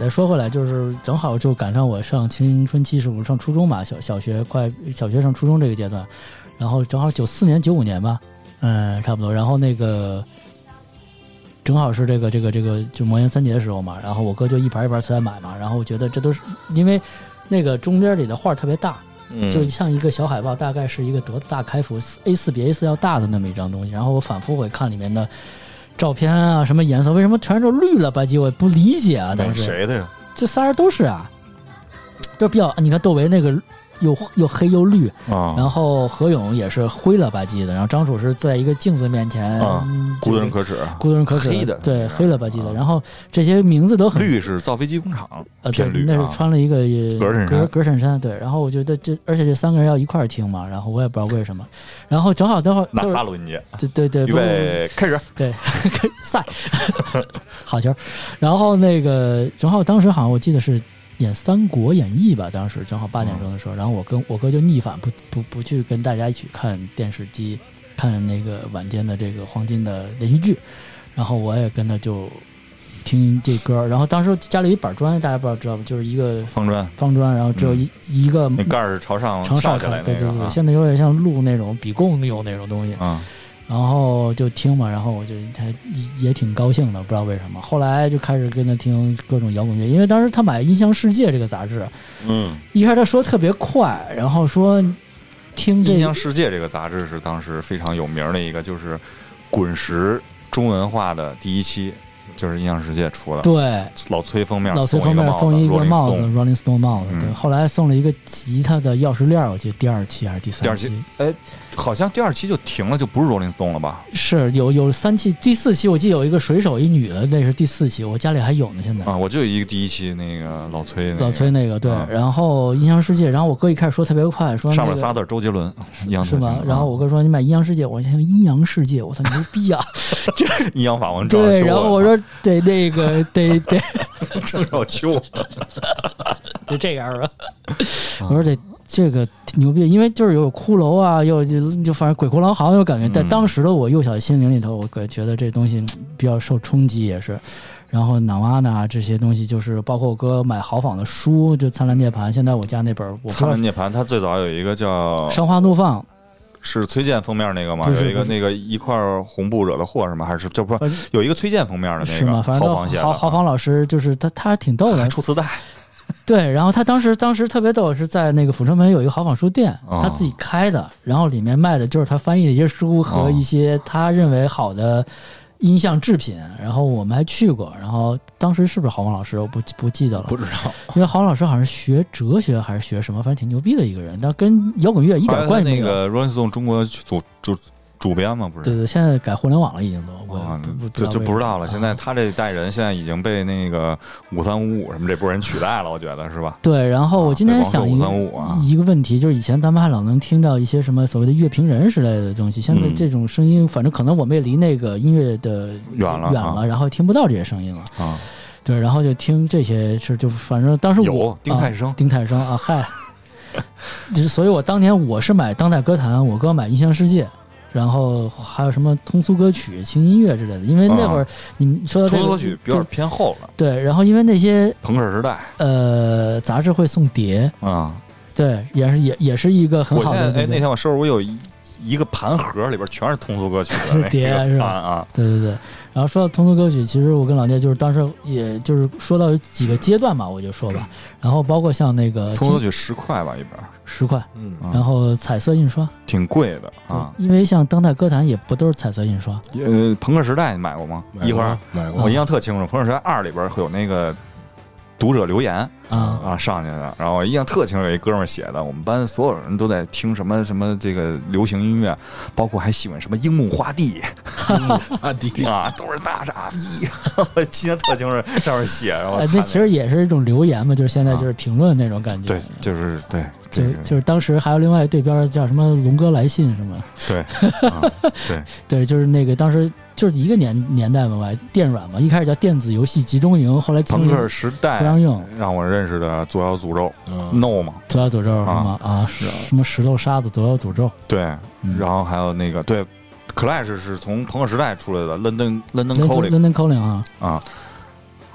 再说回来，就是正好就赶上我上青春期，是我上初中嘛，小学上初中这个阶段，然后正好94年95年吧，差不多。然后那个正好是这个就魔岩3节的时候嘛，然后我哥就一盘一盘磁带买嘛，然后我觉得这都是因为那个中间里的画特别大。就像一个小海报，大概是一个多大开幅 A4 比 A4 要大的那么一张东西，然后我反复会看里面的照片啊，什么颜色，为什么全是绿了吧唧，我不理解啊。当时谁的呀？ 这仨人都是啊，都比较，你看窦唯那个又黑又绿，然后何勇也是灰了吧唧的，然后张楚是在一个镜子面前， 孤独人可耻，黑的， 对，黑了吧唧的，然后这些名字都很绿，是造飞机工厂， 对，那是穿了一个格衬衫，对，然后我觉得而且这3个人要一块听嘛，然后我也不知道为什么，然后正好等会儿拿仨录音机， 对， 预备开始， 对，赛，好球，然后那个正好当时好像我记得是演《三国演义》吧，当时正好8点钟的时候，然后我哥就逆反不去跟大家一起看电视机，看那个晚间的这个黄金的连续剧，然后我也跟他就听这歌，然后当时家里有一板砖，大家不知道吧，就是一个方砖，然后只有一个那盖是朝上翘起来， 对，现在有点像录那种比供用那种东西然后就听嘛，然后我就也挺高兴的，不知道为什么。后来就开始跟他听各种摇滚乐，因为当时他买《音像世界》这个杂志，一开始他说特别快，然后说听这《 音像世界》这个杂志是当时非常有名的一个，就是滚石中文化的第一期。就是音像世界出的， 对， 老崔封面送一个帽子 Rolling Stone 帽子，对，后来送了一个吉他的钥匙链，我记得第2期还是第3期， 好像第2期就停了，就不是 Rolling Stone 了吧？ 是有3期，第4期我记得有一个水手，一女的，那是第4期，我家里还有呢，现在我就有一个第1期那个老崔那个对，然后音像世界，然后我哥一开始说特别快，说上面仨字周杰伦， 是吗？然后我哥说你买音像世界，我想阴阳世界，我操牛逼啊！这阴阳法王对，然后我说得那个得郑少秋， 就这样吧。我说得这个牛逼，因为就是有骷髅啊，又就反正鬼哭狼嚎有感觉。但当时的我幼小心灵里头，我觉得这东西比较受冲击，也是。然后南瓦纳这些东西，就是包括我哥买豪仿的书，就《灿烂涅槃》。现在我家那本《 灿烂涅槃》，它最早有一个叫 《生化怒放》。 是崔健封面那个吗？有一个那个一块红布惹的祸是吗？还是这不是有一个崔健封面的那个豪仿写的？ 豪仿老师就是他挺逗的， 还出磁带。 对，然后他当时特别逗，是在那个阜成门有一个豪仿书店，他自己开的，然后里面卖的就是他翻译的一些书和一些他认为好的音像制品，然后我们还去过，然后当时是不是郝王老师我不记得了， 不知道， 因为郝王老师好像是学哲学还是学什么，反正挺牛逼的一个人，但跟摇滚乐一点关系没有。 那个 Rolling Stone 中国主编嘛，不是？ 对，现在改互联网了，已经都就不知道了。现在他这一代人现在已经被那个5355什么这波人取代了，我觉得是吧？ 对。然后我今天想一个问题，就是以前咱们还老能听到一些什么所谓的乐评人之类的东西，现在这种声音，反正可能我们也离那个音乐的远了，然后听不到这些声音了啊。对，然后就听这些是就反正当时我丁太升啊，嗨，就是所以我当年我是买当代歌坛，我哥买音像世界。然后还有什么通俗歌曲、轻音乐之类的，因为那会儿你说到这个通俗歌曲有点偏后了。 对，然后因为那些朋克时代， 杂志会送碟对，也是一个很好的。 那天我收拾我有一个盘盒，里边全是通俗歌曲的碟是吧？对。然后说到通俗歌曲，其实我跟老聂就是当时也就是说到有几个阶段嘛，我就说吧。然后包括像那个通俗歌曲10块吧一本 ，10块，然后彩色印刷挺贵的啊， 因为像当代歌坛也不都是彩色印刷。 朋克时代你买过吗？一盒买过， 我印象特清楚。朋克时代2里边会有那个读者留言上去的，然后我印象特清楚，有一哥们儿写的，我们班所有人都在听什么什么这个流行音乐，包括还喜欢什么樱木花地都是大傻逼，我印象特清楚，上面写，然后那其实也是一种留言嘛，就是现在就是评论那种感觉， 对，就是对。 就是当时还有另外一对标叫什么龙哥来信什么，对，就是那个当时就是一个年代嘛，电软嘛，一开始叫电子游戏集中营，后来朋克时代不让用， 让我认识的左摇诅咒 ，No 嘛， 左摇诅咒是吗？什么石头沙子左摇诅咒， 对，然后还有那个对 ，Clash 是从朋克时代出来的 ，London Calling 啊。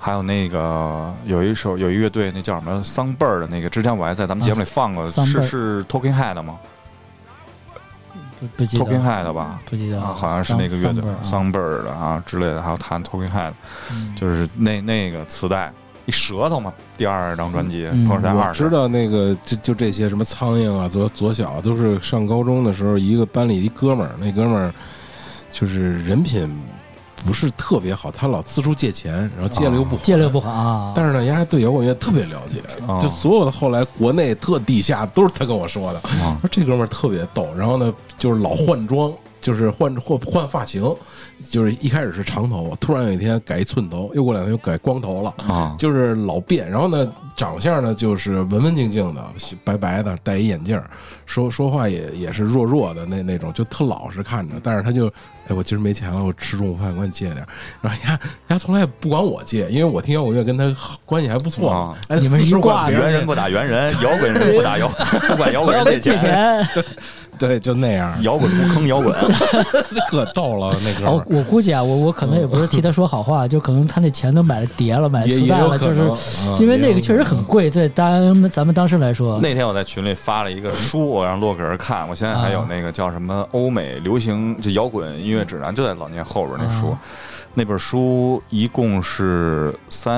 还有那个有一乐队，那叫什么桑贝儿的那个，之前我还在咱们节目里放过，是 Talking Head 吗？ 不记得 Talking Head 吧？ 不记得啊，好像是那个乐队桑贝儿的啊之类的，还有弹 Talking Head，就是那个磁带。一舌头嘛，第2张专辑《同时在20》， 我知道那个就这些什么苍蝇啊、左小，都是上高中的时候一个班里一哥们儿，那哥们儿就是人品不是特别好，他老四处借钱，然后借了又不还啊。 但是呢，人家对摇滚乐特别了解，就所有的后来国内特地下都是他跟我说的，说这哥们儿特别逗，然后呢就是老换装。就是换发型，就是一开始是长头，突然有一天改一寸头，又过2天又改光头了啊，就是老变。然后呢，长相呢就是文文静静的，白白的，戴一眼镜，说话也是弱弱的那种，就特老实看着。但是他就，哎，我今儿没钱了，我吃中午饭，管你借点。然后人家从来也不管我借，因为我听摇滚乐跟他关系还不错啊。 哎， 你们一挂猿人不打猿人，摇滚人不打不管摇滚人借钱。 对，就那样， 摇滚不坑摇滚， 可逗了那个。 我估计啊，我可能也不是替他说好话，就可能他那钱都买了碟了，买了磁带了，就是因为那个确实很贵，对咱们当时来说。 那天我在群里发了一个书，我让洛克人看，我现在还有那个叫什么欧美流行就摇滚音乐指南，就在老聂后边那书。那本书一共是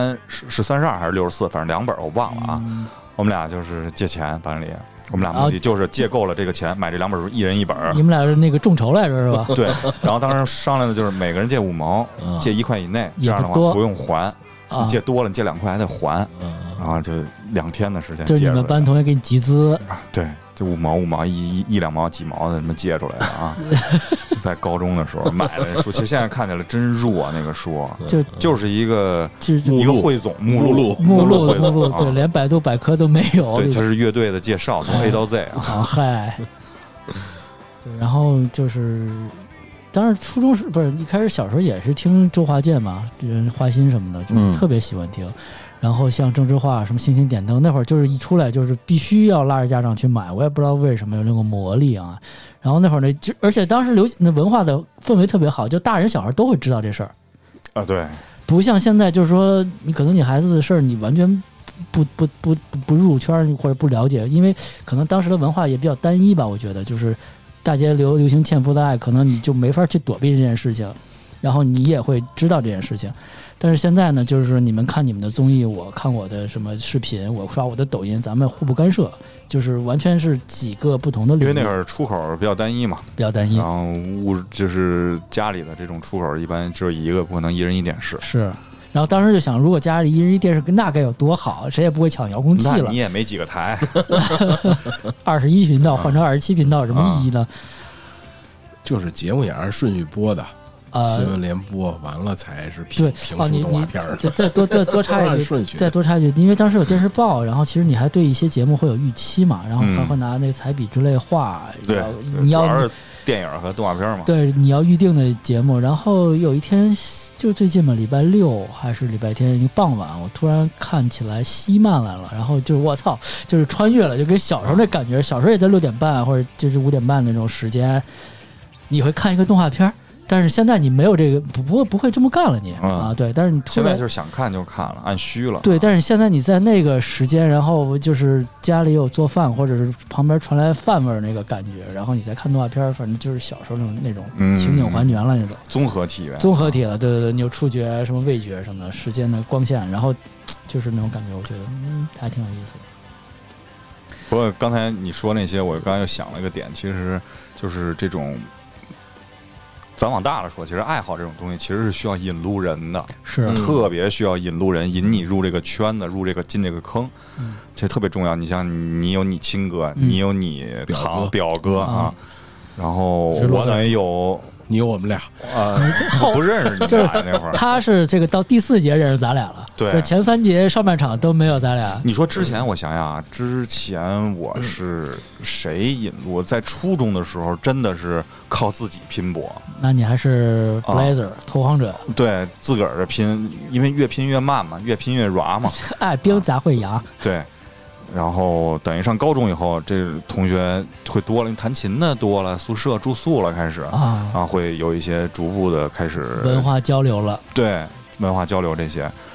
32还是64，反正2本我忘了啊。我们俩就是借钱班里。我们俩目的就是借够了这个钱，买这2本书，一人1本。 你们俩是那个众筹来着是吧？ 对。然后当时商量的就是每个人借5毛，借1块以内，这样的话不用还。你借多了，你借2块还得还。然后就2天的时间， 就是你们班同学给你集资啊，对，就5毛1、2毛几毛的什么借出来的啊。在高中的时候买的书，其实现在看起来真弱，那个书就是一个汇总目录， 对，连百度百科都没有。 对，它是乐队的介绍，从 A 到 Z 啊。 好嗨。对，然后就是，当然初中不是一开始小时候也是听周华健嘛，花心什么的，就是特别喜欢听。然后像郑智化什么星星点灯，那会儿就是一出来就是必须要拉着家长去买，我也不知道为什么有那个魔力啊。然后那会儿呢，而且当时那文化的氛围特别好，就大人小孩都会知道这事儿啊。对， 不像现在就是说你可能你孩子的事儿你完全不入圈或者不了解，因为可能当时的文化也比较单一吧，我觉得就是大街流行欠父的爱，可能你就没法去躲避这件事情，然后你也会知道这件事情。但是现在呢，就是你们看你们的综艺，我看我的什么视频，我刷我的抖音，咱们互不干涉，就是完全是几个不同的领域。 因为那会儿出口比较单一嘛， 比较单一。 然后就是家里的这种出口一般只有一个，不可能一人一电视。 是。然后当时就想，如果家里一人一电视，那该有多好，谁也不会抢遥控器了。 那你也没几个台 ，21频道换成27频道，什么意义呢？ 就是节目也按顺序播的。新闻联播完了才是评述动画片。 再多插一句，再多插一句，因为当时有电视报，然后其实你还对一些节目会有预期嘛，然后还会拿那个彩笔之类画。 对， 你要主要是电影和动画片嘛。 对，你要预定的节目。然后有一天就最近嘛，礼拜6还是礼拜天一个傍晚，我突然看起来西漫来了，然后就是我操，就是穿越了，就跟小时候那感觉。小时候也在6点半或者就是5点半那种时间，你会看一个动画片。但是现在你没有这个不会这么干了你啊，对。但是你现在就是想看就看了，按需了。 对，但是现在你在那个时间，然后就是家里有做饭，或者是旁边传来饭味儿那个感觉，然后你再看动画片，反正就是小时候那种情景还原了那种综合体了。 对对对，你有触觉什么味觉什么的，时间的光线，然后就是那种感觉，我觉得还挺有意思的。 不过刚才你说那些，我刚才又想了一个点，其实就是这种。咱往大了说，其实爱好这种东西其实是需要引路人的， 是特别需要引路人，引你入这个圈子，进这个坑，这特别重要。你像你有你亲哥，你有你表哥啊，然后我等于有。 你有我们俩不认识你们俩那会儿， 他是这个到第4节认识咱俩了， 对， 前3节上半场都没有咱俩。 你说之前我想想啊，之前我是谁引路？在初中的时候真的是靠自己拼搏。 那你还是 Blazer 拓荒者， 对，自个儿的拼，因为越拼越慢嘛，越拼越软嘛。 哎，兵杂会扬。 对。然后等于上高中以后，这同学会多了，弹琴的多了，宿舍住宿了，开始啊，会有一些逐步的开始文化交流了。 对，文化交流这些。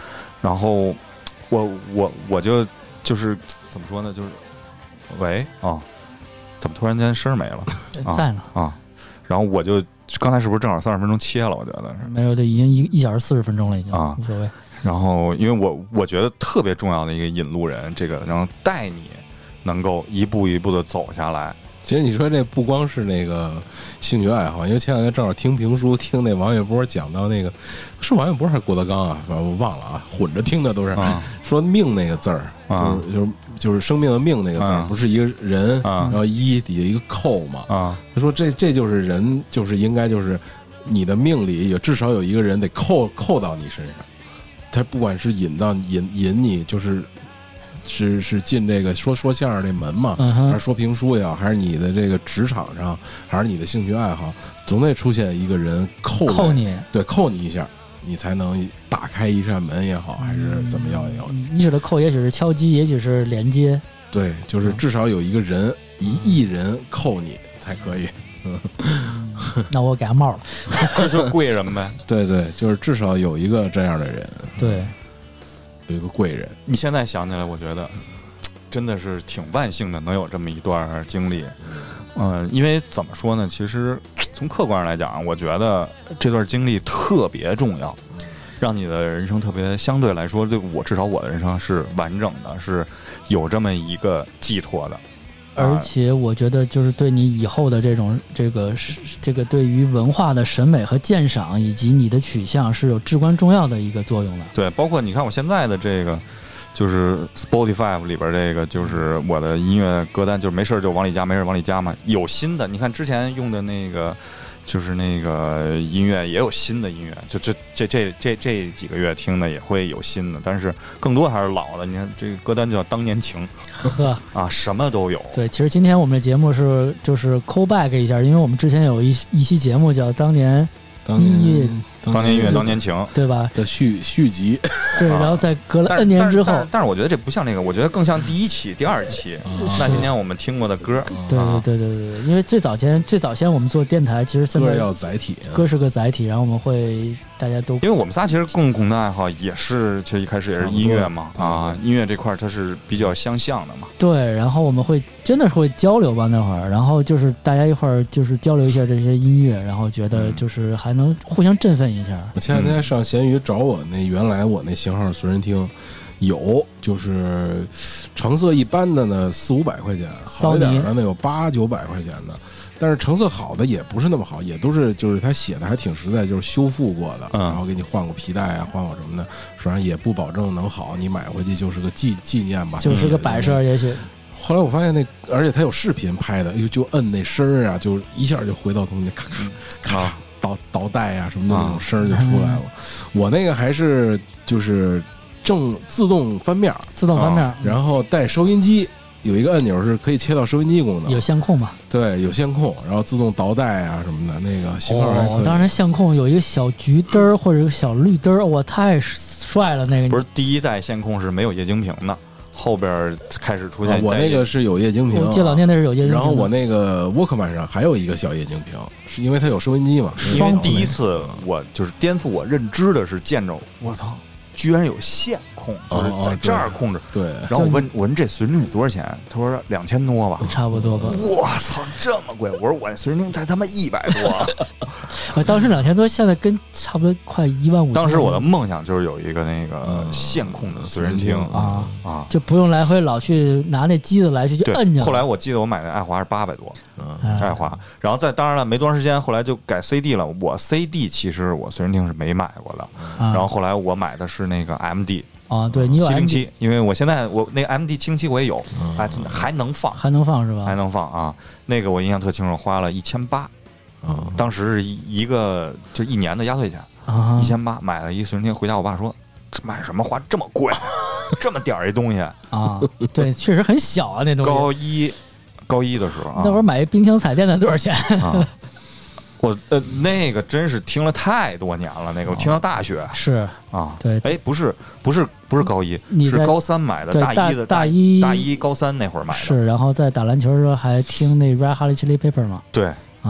然后我就是怎么说呢，就是喂啊，怎么突然间声没了？ 在呢啊，然后我就刚才是不是正好30分钟切了？我觉得是没有，这已经1小时40分钟了，已经啊， 无所谓。 然后因为我觉得特别重要的一个引路人，这个能带你能够一步一步的走下来。 其实你说这不光是那个兴趣爱好，因为前两天正好听评书，听那王玥波讲到那个是王玥波还是郭德纲啊，反正我忘了啊，混着听的都是、说命那个字儿，就是生命的命那个字儿，不是一个人，然后一底下一个扣嘛，他说这就是人，就是应该就是你的命里有至少有一个人得扣到你身上，他不管是引你就是进这个说相声这门嘛，还是说评书也好，还是你的这个职场上，还是你的兴趣爱好，总得出现一个人扣你，对，扣你一下，你才能打开一扇门也好，还是怎么样也好。 你指的扣，也许是敲击，也许是连接， 对，就是至少有一个人，一人扣你才可以。 那我给他帽了， 这就是贵人呗。 对对，就是至少有一个这样的人。 对。 有一个贵人， 你现在想起来，我觉得真的是挺万幸的，能有这么一段经历。因为怎么说呢？其实从客观上来讲，我觉得这段经历特别重要，让你的人生特别相对来说，对我至少我的人生是完整的，是有这么一个寄托的。 而且我觉得，就是对你以后的这个对于文化的审美和鉴赏，以及你的取向，是有至关重要的一个作用的。 对，包括你看我现在的这个，就是 Spotify 里边这个，就是我的音乐歌单，就是没事就往里加，没事往里加嘛。有新的，你看之前用的那个，就是那个音乐也有新的音乐，就这几个月听的也会有新的，但是更多还是老的。你看这个歌单叫当年情，啊，什么都有。 对，其实今天我们的节目就是 call back 一下，因为我们之前有一期节目叫当年音乐。 当年音乐，当年情， 对吧？ 的续集， 对，然后在隔了 N 年之后， 但是我觉得这不像那个，我觉得更像第一期、第二期。那些年我们听过的歌， 对，因为最早先我们做电台，其实现在歌要载体， 歌是个载体，然后我们会大家都， 因为我们仨其实共同的爱好也是，其实一开始也是音乐嘛，音乐这块它是比较相像的嘛。对， 然后我们会真的是会交流吧那会儿，然后就是大家一块儿就是交流一下这些音乐，然后觉得就是还能互相振奋。 我前两天上闲鱼找我那原来我那型号随身听，有就是成色一般的呢400-500块钱，好一点的呢有800-900块钱的，但是成色好的也不是那么好，也都是就是他写的还挺实在，就是修复过的，然后给你换过皮带啊，换过什么的，实际上也不保证能好，你买回去就是个纪念吧， 就是个摆设也许。 后来我发现而且他有视频拍的，就摁那声啊，就一下就回到从那咔咔咔。倒带啊什么的那种声就出来了。我那个还是就是自动翻面，然后带收音机，有一个按钮是可以切到收音机功能， 有线控嘛？ 对，有线控，然后自动倒带啊什么的，那个型号还可以。 当然线控有一个小橘灯儿或者一个小绿灯儿，哇，太帅了！那个不是第一代线控是没有液晶屏的。后边开始出现， 我那个是有液晶屏， 我记得老聂那是有液晶屏。 然后我那个 Walkman 上还有一个小液晶屏，是因为它有收音机嘛。 因为第一次我就是颠覆我认知的是见着我操，居然有线控，就是在这儿控制。 对。 然后我问这随身听多少钱？他说2000多吧， 差不多吧。 我操，这么贵！我说我随身听才他妈100 多。当时2000多，现在跟差不多快15000。 当时我的梦想就是有一个那个线控的随身听啊， 就不用来回老去拿那机子来去摁去。 后来我记得我买的爱华是800多，爱华。然后当然了，没多长时间，后来就改 CD 了。我 CD 其实我随身听是没买过的，然后后来我买的是那个 MD。 啊，对你有 707，因为我现在那个 MD 707我也有，还能放是吧？还能放啊！那个我印象特清楚，花了1800，当时是一个就1年的压岁钱，1800买了一随身听，回家我爸说买什么花这么贵，这么点儿一东西啊？对，确实很小啊，那东西。高一的时候啊， 那会儿买一冰箱彩电的多少钱？ 我那个真是听了太多年了，那个我听到大学是啊， 对， 哎，不是高一，是高3买的，大一高3那会儿买的， 是，然后在打篮球的时候还听那 Red Hot Chili Pepper 嘛， 对啊，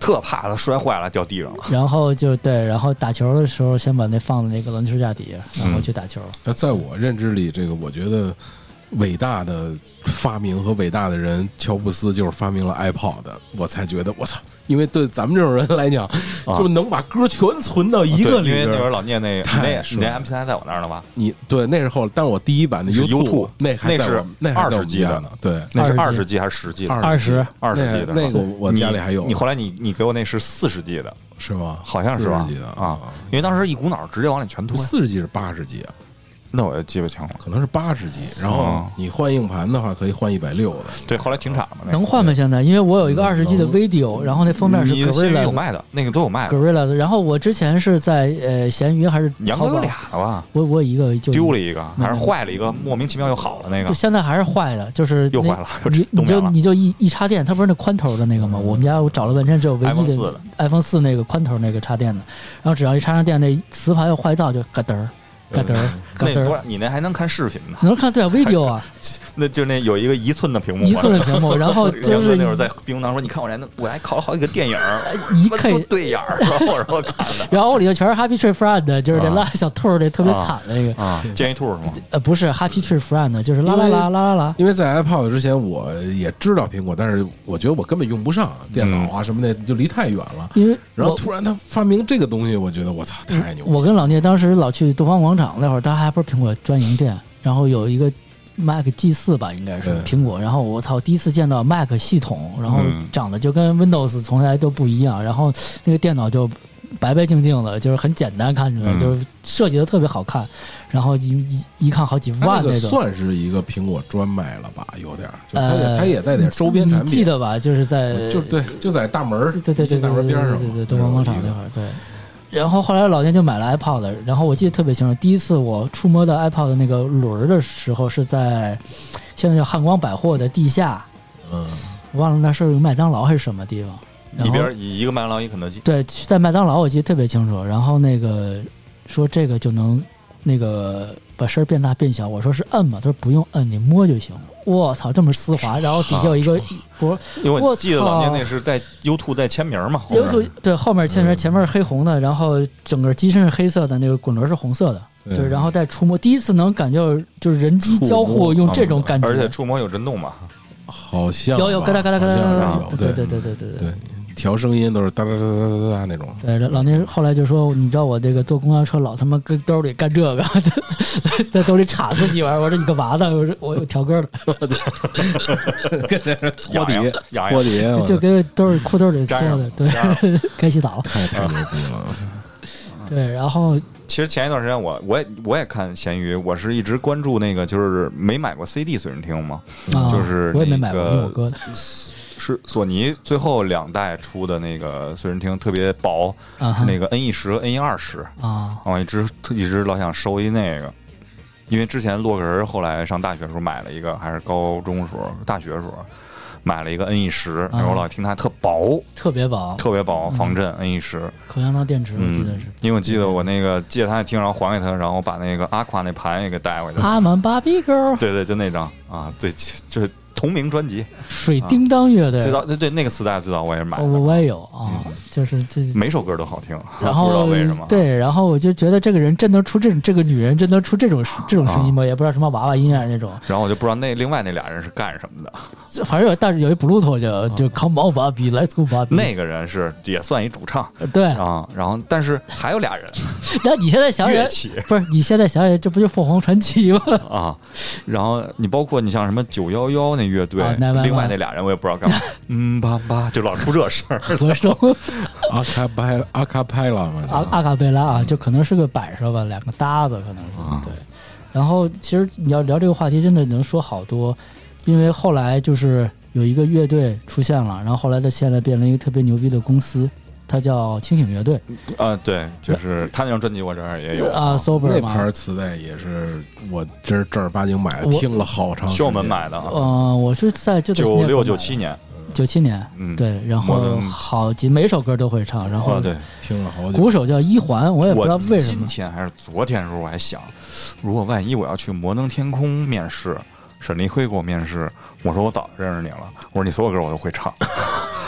特怕他摔坏了掉地上了。 然后就对，然后打球的时候先把那放在那个篮球架底下，然后去打球。 那在我认知里，这个我觉得伟大的发明和伟大的人乔布斯就是发明了 iPod 的，我才觉得我操，因为对咱们这种人来讲，就能把歌全存到一个里边。 因为那会儿老聂那MP3 在我那儿了吧？ 你对那是后，但是我第一版的 YouTube 那是 20 G 的呢，对， 那是20 G 还是10 G 的 ？20 G 的那个我家里还有。 你后来你给我那是40 G 的， 是吗？ 好像是吧？啊，因为当时一股脑直接往里全推。 40 G 是80 G 啊？ 那我也记不清了， 可能是80 G，然后你换硬盘的话可以换160的。 对，后来停产了。 能换吗？现在？因为我有一个20 G 的 video，然后那封面是 Gorilla 有卖的，那个都有卖的。 Gorilla， 然后我之前是在闲鱼还是杨哥有俩的吧？ 我一个就丢了一个，还是坏了一个，莫名其妙又好了那个。 就现在还是坏的，就是又坏了。 你就一插电，它不是那宽头的那个吗？我们家我找了半天，只有唯一的 iPhone 4那个宽头那个插电的，然后只要一插上电，那磁盘要坏到就咯噔儿。咯噔儿，咯噔儿， 你那还能看视频呢？ 能看，对啊 ，video 啊， 那就那有一个1寸的屏幕 ，1寸的屏幕，然后就是那会儿在冰当说，你看我还考了好几个电影， 一看对眼儿，然后看的， 然后我里头全是 Happy Tree Friend， 就是那拉小兔那特别惨那个啊，建议兔是吗？ 不是 Happy Tree Friend， 就是啦啦啦啦啦啦。 因为在 iPod 之前我也知道苹果，但是我觉得我根本用不上电脑啊什么的，就离太远了。 因为然后突然他发明这个东西，我觉得我操太牛了。 我跟老聂当时老去东方广场那会儿，他还不是苹果专营店，然后有一个 Mac G4 吧，应该是苹果。然后我操，第一次见到 Mac 系统，然后长得就跟 Windows 从来都不一样，然后那个电脑就白白净净的，就是很简单，看着就是设计的特别好看。然后一看好几万那种， 算是一个苹果专卖了吧？有点，它也带点周边产品， 记得吧？就是在就在大门， 对大门边上， 对东方广场那会儿，对。然后后来老聂就买了 iPod， 然后我记得特别清楚，第一次我触摸到 iPod 的那个轮的时候是在现在叫汉光百货的地下，我忘了那是有麦当劳还是什么地方， 一边一个麦当劳一肯德基， 对，在麦当劳我记得特别清楚。然后那个说这个就能那个把声变大变小，我说是摁嘛，他说不用摁，你摸就行。我操，这么丝滑，然后底下有一个不， 因为我记得老年那是带 YouTube 带签名嘛 ，YouTube 对后面签名，前面是黑红的，然后整个机身是黑色的，那个滚轮是红色的，对，然后再触摸，第一次能感觉就是人机交互用这种感觉， 而且触摸有震动嘛， 好像有咯哒咯哒咯哒，对对。调声音都是哒哒哒哒哒那种。 对，老聂后来就说：“你知道我这个坐公交车老他妈跟兜里干这个，在兜里插自己玩。”我说：“你干嘛呢？”我说：“我有调歌的。” 跟那搓底， 就跟兜里裤兜里搓的。对，该洗澡了。 太牛逼了。 对，然后其实前一段时间我也看闲鱼，我是一直关注那个就是没买过 CD 随身听嘛，就是我也没买过，我哥的。 是索尼最后2代出的那个随身听，特别薄，是那个 N10 和N120 啊， 我一直老想收一那个，因为之前洛克人后来上大学时候买了一个，还是高中时候大学时候买了一个 N10，然后我老听它特别薄，防震 N10， 口香糖电池我记得是， 因为我记得我那个借他听，然后还给他，然后把那个阿夸那盘也给带回去。 阿曼芭比 girl， 对，就那张啊，对，就是同名专辑， 水叮当乐队， 最早对那个磁带最早我也是买的， 我也有啊，就是这每首歌都好听， 然后不知道为什么， 对，然后我就觉得这个人真能出这个女人真能出这种声音吗？也不知道什么娃娃音乐那种， 然后我就不知道另外那俩人是干什么的， 反正但是有一 Bluetooth 就 Come on Bobby Let's go Bobby， 那个人是也算一主唱， 对啊，然后但是还有俩人， 那你现在想想，不是你现在想想，这不就凤凰传奇吗？ 啊，然后你包括你像什么911那乐队。另外那俩人我也不知道干嘛，爸就老出这事儿。 合声阿卡贝拉嘛， 阿卡贝拉啊，就可能是个摆设吧，2个搭子可能是对。然后其实你要聊这个话题，真的能说好多，因为后来就是有一个乐队出现了，然后后来他现在变成一个特别牛逼的公司。他叫清醒乐队对，就是他那张专辑我这儿也有啊 ，Sober 那盘磁带也是我真是正儿八经买的，听了好长时间。 秀门买的我是在 96、97年 ，97年，对，然后好几每首歌都会唱，然后对， 听了好久。 鼓手叫一环，我也不知道为什么。 今天还是昨天的时候我还想，如果万一我要去摩登天空面试，沈黎辉给我面试，我说我早认识你了，我说你所有歌我都会唱。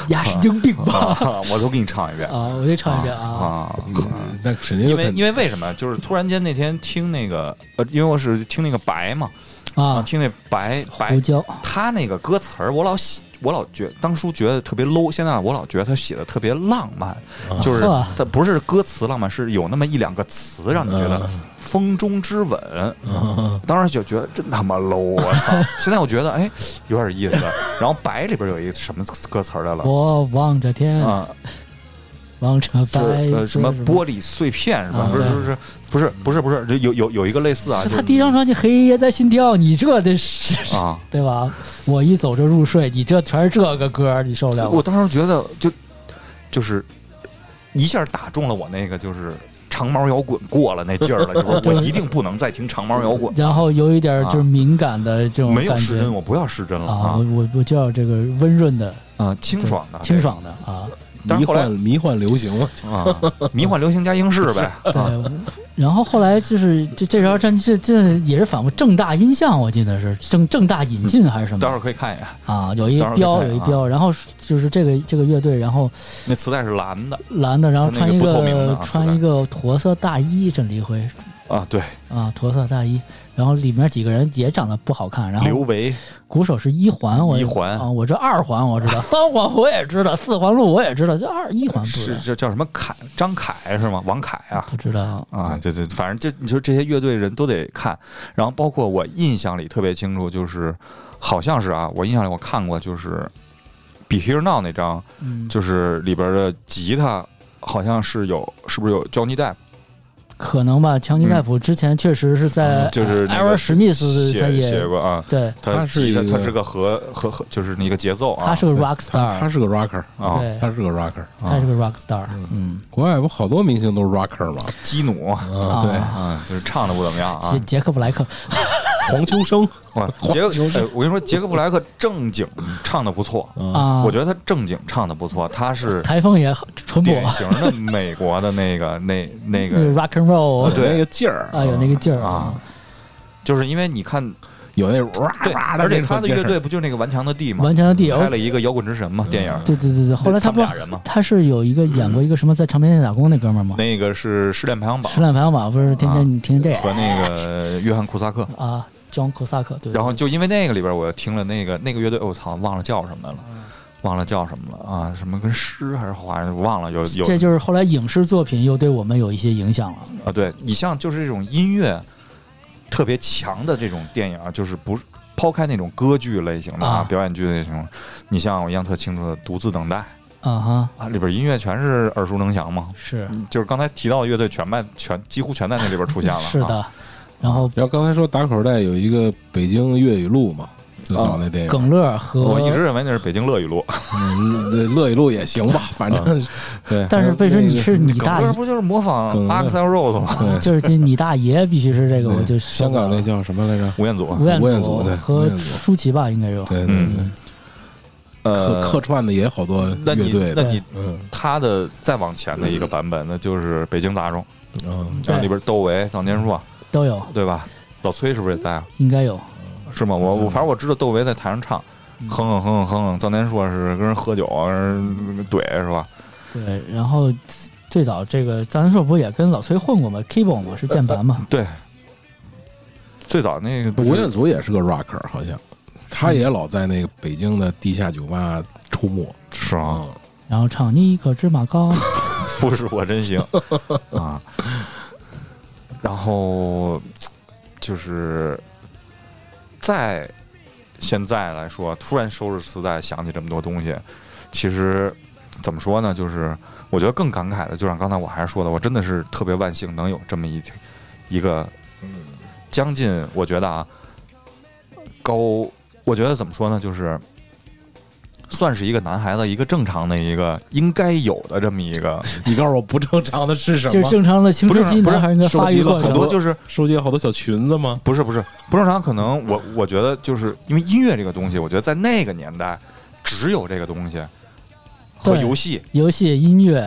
你还神经病吧？ 我都给你唱一遍啊！我得唱一遍啊！ 那肯定因为为什么？就是突然间那天听那个因为我是听那个白嘛听那白胡椒， 他那个歌词儿我老觉得当初觉得特别 low， 现在我老觉得他写的特别浪漫，就是他不是歌词浪漫，是有那么一两个词让你觉得风中之吻。当时就觉得真他妈 low， 我操！现在我觉得哎有点意思。然后白里边有一个什么歌词来了？ 我望着天望着白什么玻璃碎片是吧？不是，有一个类似啊， 是他第一张专辑《黑夜在心跳》，你这得是对吧？我一走着入睡，你这全是这个歌，你受不了？ 我当时觉得就是一下打中了我那个就是长毛摇滚过了那劲儿了，就是我一定不能再听长毛摇滚。 然后有一点就是敏感的这种感觉， 没有失真，我不要失真了啊！我就要这个温润的清爽的啊。 迷幻流行啊，迷幻流行加英式呗。 对，然后后来就是这条这也是反复正大音像，我记得是正大引进还是什么？ 待会儿可以看一眼啊，有一标，然后就是这个乐队，然后那磁带是蓝的， 然后穿一个驼色大衣，郑黎辉啊，对啊，驼色大衣。然后里面几个人也长得不好看，然后刘维鼓手是一环啊，我这二环我知道，三环我也知道，四环路我也知道，这一环不是这叫什么张凯是吗？王凯啊， 不知道啊，对，反正你说这些乐队人都得看，然后包括我印象里特别清楚，就是好像是啊，我印象里我看过就是《Be Here Now》那张，就是里边的吉他好像是不是有 Johnny Depp？ 可能吧，强尼戴普之前确实是在就是艾尔史密斯他也写过啊， 对， 他是个和就是那个节奏啊， 他是个 rock star， 他是个 rocker 啊， 他是个 rocker， 他是个 rock star， 国外不好多明星都是 rocker 吗？ 基努啊，对就是唱的不怎么样啊， 杰克布莱克。 黄秋生， 我跟你说，杰克布莱克正经唱的不错啊， 我觉得他正经唱的不错，他是台风也淳朴， 典型的美国的那个 rock and roll， 对那个劲儿啊，有那个劲儿啊，就是因为你看有那对，而且他的乐队不就那个顽强的地吗？ 顽强的地拍了一个摇滚之神嘛电影， 对，后来他不俩人嘛， 他是有一个演过一个什么在唱片店打工那哥们儿吗？ 那个是失恋排行榜不是天天你听这和那个约翰库萨克啊。John Cusack， 对， 然后就因为那个里边，我听了那个乐队，我操，忘了叫什么了啊？什么跟诗还是花，我忘了。有， 这就是后来影视作品又对我们有一些影响了啊。对，你像就是这种音乐特别强的这种电影，就是不抛开那种歌剧类型的表演剧类型，你像我印象特清楚的《独自等待》啊，里边音乐全是耳熟能详嘛， 是， 就是刚才提到的乐队几乎全在那里边出现了， 是的。然后刚才说打口袋有一个北京粤语录嘛，就早那电影。 耿乐和我一直认为那是北京乐语录， 乐语录也行吧，反正对。 但是为什么你大爷不就是模仿阿克塞尔 Rose 吗？ 就是你大爷必须是这个，我就香港那叫什么来着？ 吴彦祖和舒淇吧，应该有。 对，客串的也好多乐队。 那你他的再往前的一个版本，那就是北京杂种，然后里边窦唯、臧天朔。 都有对吧？老崔是不是也在啊？ 应该有， 是吗？我反正我知道窦唯在台上唱，哼，臧天朔是跟人喝酒啊，怼是吧？ 对，然后最早这个臧天朔不也跟老崔混过吗 ？keyboard 嘛是键盘嘛？ 对，最早那个吴彦祖也是个 rocker， 好像他也老在那个北京的地下酒吧出没， 是啊。 然后唱你可芝麻糕， 不是我真行啊。然后就是在现在来说，突然收拾磁带想起这么多东西，其实怎么说呢？就是我觉得更感慨的，就像刚才我还说的，我真的是特别万幸能有这么一个将近，我觉得啊我觉得怎么说呢？就是算是一个男孩子一个正常的一个应该有的这么一个。 你告诉我不正常的是什么？ 就是正常的青春期男孩应该发育过程， 很多就是收集好多小裙子吗？ 不是不正常。可能我觉得就是因为音乐这个东西，我觉得在那个年代只有这个东西和游戏音乐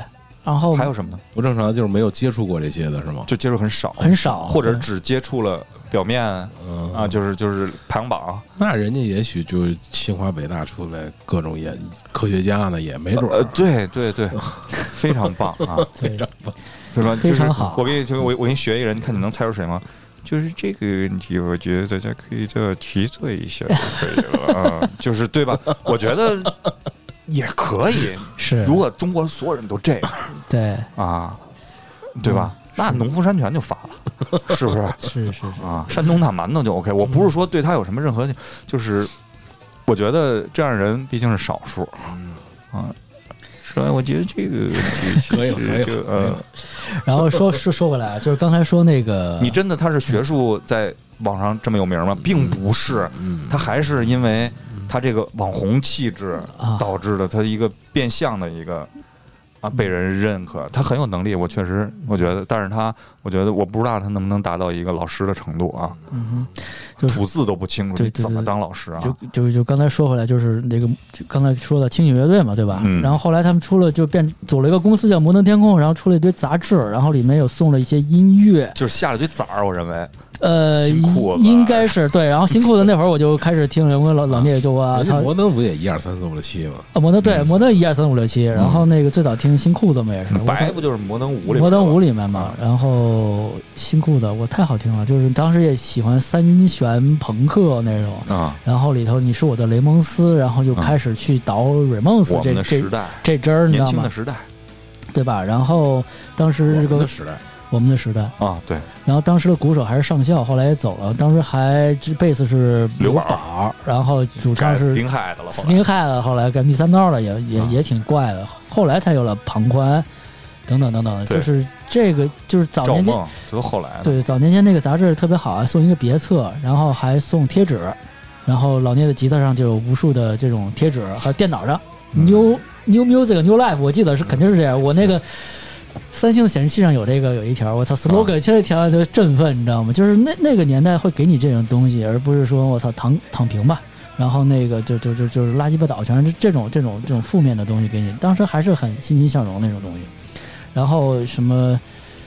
然后还有什么呢？ 不正常就是没有接触过这些的是吗？ 就接触很少，或者只接触了表面啊，就是排行榜。 那人家也许就清华北大出来各种科学家呢，也没准。 对，非常棒啊， 非常棒， 是吧？ 非常好。 我给你学一个人，你看你能猜出谁吗？就是这个问题，我觉得大家可以再提做一下就可以了啊，就是对吧？我觉得也可以， 是。 如果中国所有人都这样， 对啊，对吧？那农夫山泉就发了，是不是？ 是啊，山东大馒头就 OK。我不是说对他有什么任何，就是我觉得这样的人毕竟是少数，啊。是吧？我觉得这个可以然后说回来，就是刚才说那个， 你真的他是学术在网上这么有名吗？并不是，他还是因为他这个网红气质导致的，他一个变相的一个被人认可。他很有能力，我觉得，但是我觉得我不知道他能不能达到一个老师的程度啊。吐字都不清楚，你怎么当老师啊？ 就刚才说回来，就是那个刚才说的轻井乐队嘛，对吧？然后后来他们出了就组了一个公司叫摩登天空，然后出了一堆杂志，然后里面有送了一些音乐， 就是下了堆崽儿，我认为。 应该是对。然后新裤子那会儿我就开始听，我老聂就说， 摩登不也1、2、3、4、5、6、7吗？ 摩登1、2、3、5、6、7。然后那个最早听新裤子嘛也是， 白不就是摩登5里面？ 摩登5里面嘛。然后新裤子我太好听了，就是当时也喜欢三弦朋克那种然后里头你是我的雷蒙斯，然后就开始去倒 Ramones 这支儿，你知道吗？ 年轻的时代， 对吧？然后当时这个我们的时代啊，对。 然后当时的鼓手还是上校，后来也走了。当时还贝斯是刘宝，然后主唱是 Skinhead 后来改密三刀了，也挺怪的。后来才有了庞宽等等等等，就是这个就是早年间这都后来对早年间那个杂志特别好啊，送一个别册，然后还送贴纸，然后老聂的吉他上就有无数的这种贴纸，还有电脑上New Music New Life， 我记得是肯定是这样。我那个三星的显示器上有一条，我操 slogan 现在条就振奋，你知道吗？就是那个年代会给你这种东西，而不是说我操躺平吧，然后那个就是垃圾不倒，全是这种负面的东西给你。当时还是很欣欣向荣那种东西。然后什么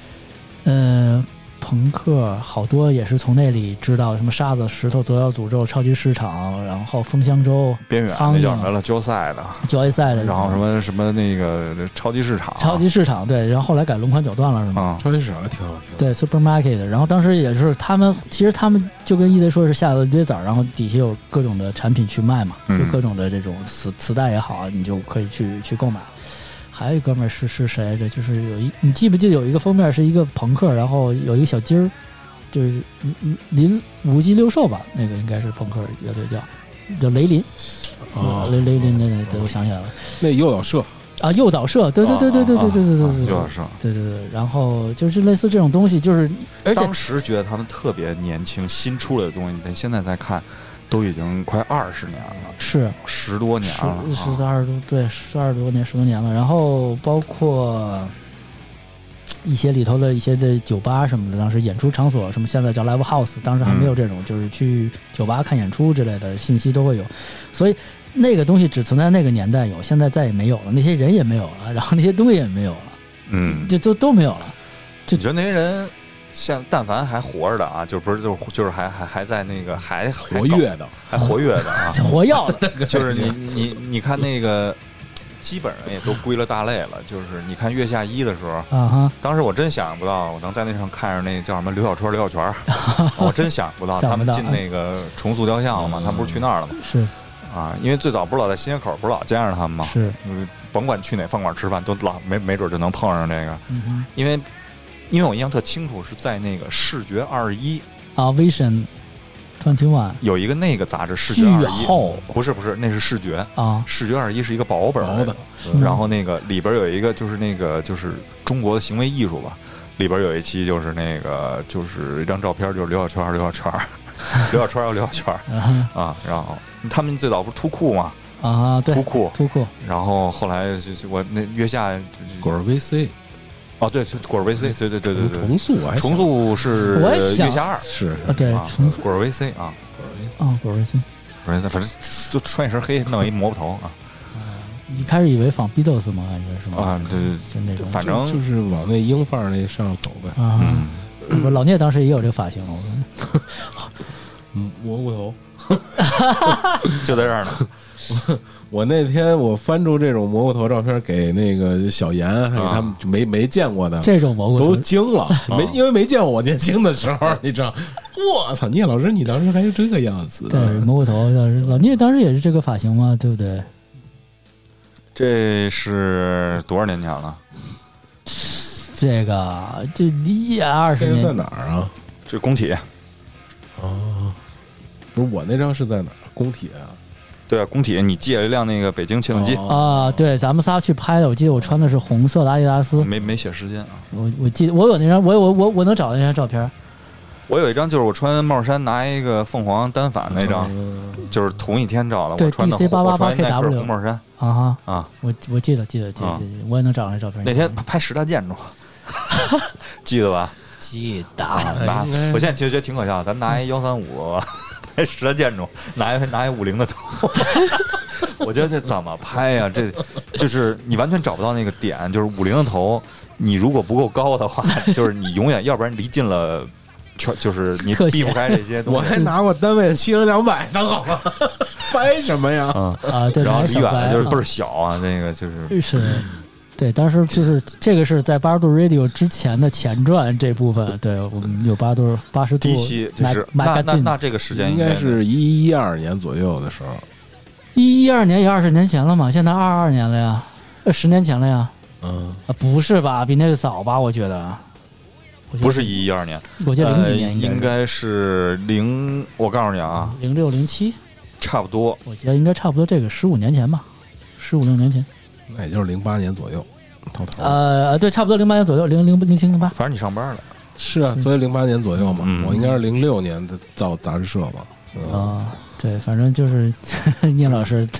朋克好多也是从那里知道，什么沙子、石头、左脚诅咒、超级市场，然后枫香洲、 边缘那叫什么了？交赛的，然后什么那个超级市场， 对，然后后来改龙款九段了是吗？ 超级市场还挺好听。 对 ，Supermarket， 然后当时也是其实他们就跟一贼说是下了一堆枣，然后底下有各种的产品去卖嘛，就各种的这种磁带也好，你就可以去购买。还有一哥们儿是谁来着？就是你记不记得有一个封面是一个朋克，然后有一个小鸡儿，就是五鸡六兽吧，那个应该是朋克乐队叫雷林雷林那我想起来了， 那诱导社啊，诱导社，对， 诱导社， 对，然后就是类似这种东西，就是而且当时觉得他们特别年轻，新出来的东西，但现在再看。都已经快20年了， 是 10多年了 ，12多年，10多年了。然后包括一些里头的一些的酒吧什么的，当时演出场所什么现在叫 live house， 当时还没有这种，就是去酒吧看演出之类的信息都会有，所以那个东西只存在那个年代有，现在再也没有了，那些人也没有了，然后那些东西也没有了，就都没有了。 你觉得那些人？像但凡还活着的啊，就是还在那个还活跃的， 还活跃的啊， 活跃的， 就是你看那个，基本上也都归了大类了。就是你看月下一的时候，当时我真想不到我能在那上看着那叫什么刘小泉，我真想不到他们进那个重塑雕像了嘛，他们不是去那儿了吗？ 是啊，因为最早不是老在新街口，不是老见着他们吗？ 是， 甭管去哪饭馆吃饭，都老没准就能碰上这个，因为我印象特清楚，是在那个视觉21 啊 ，Vision 21 有一个那个杂志，视觉21不是，那是视觉啊， 视觉21是一个薄本的，然后那个里边有一个就是中国的行为艺术吧，里边有一期就是那个就是一张照片，就是刘小泉啊，然后他们最早不是突酷吗？ 啊，对， 突酷， 然后后来我那月下果儿 VC。 哦，对，果儿 VC， 对， 重塑是月下2， 是啊，对，重塑果儿 VC 啊， 果儿 VC， 反正就穿一身黑，弄一蘑菇头啊。 一开始以为仿 Beatles 吗？感觉是吗？ 啊，对， 就那种， 反正就是往那英范儿那上走呗。 不，老聂当时也有这个发型， 蘑菇头， 就在这儿呢。 我那天我翻出这种蘑菇头照片给那个小严，还给他们就没见过的这种蘑菇头都惊了，因为没见过我年轻的时候，你知道？我操，聂老师，你当时还是这个样子？ 对，蘑菇头，老聂当时也是这个发型嘛，对不对？ 这是多少年前了？ 这20年在哪儿啊？ 这工体。 哦，不是我那张是在哪儿？工体啊。 对啊，工体，你借了一辆那个北京切动机啊？对，咱们仨去拍的，我记得我穿的是红色的阿迪达斯， 没写时间啊。 我记得我有那张，我能找到那张照片。 我有一张，就是我穿帽衫拿一个凤凰单反那张，就是同一天照的。 对我穿的 DC888KW 红帽衫啊，我记得，我也能找到那照片。 那天拍10大建筑，记得吧？ 记得。 我现在其实觉得挺可笑，咱拿一135。拍10大建筑，拿一50的头，我觉得这怎么拍呀？这就是你完全找不到那个点，就是50的头，你如果不够高的话，就是你永远，要不然离近了，就是你避不开这些东西。 我还拿过单位的70200的好吗？拍什么呀？ 对， 然后离远了就是倍儿小啊，那个是。对，当时就是这个是在80度 Radio 之前的前传这部分，对我们有80度第一期就是那这个时间应该是12年左右的时候 ，12年也20年前了嘛，现在22年了呀，10年前了呀，不是吧？比那个早吧？我觉得不是12年， 我记得0几年应该是我告诉你啊 ，06、07， 差不多， 我记得应该差不多这个15年前吧，15、16年前。 那也就是08年左右，到头。 对，差不多08年左右，07、08。 反正你上班了。 是啊，所以08年左右嘛，我应该是06年的造杂志社嘛。 对，反正就是聂老师。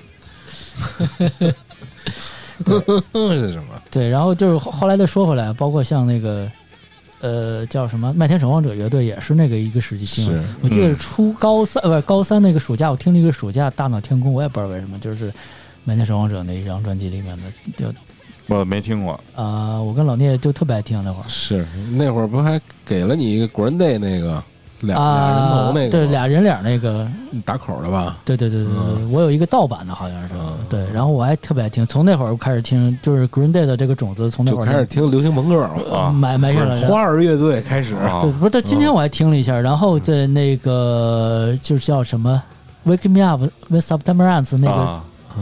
是什么？ 对，然后就是后来再说回来，包括像那个叫什么麦田守望者乐队，也是那个一个时期听。我记得初高三那个暑假，我听了一个暑假大闹天宫，我也不知道为什么，就是麦田守望者那一张专辑里面的，就我没听过我跟老聂就特别爱听那会儿。 是那会儿不还给了你一个 Green Day 那个俩人头那个， 对，俩人脸那个打口的吧？ 对，我有一个盗版的，好像是。对，然后我还特别爱听，从那会儿开始听，就是 Green Day 的这个种子，从那会儿就开始听流行朋克埋下了。 花儿乐队开始， 对，不是，但今天我还听了一下，然后在那个就是叫什么 Wake Me Up When September Ends 那个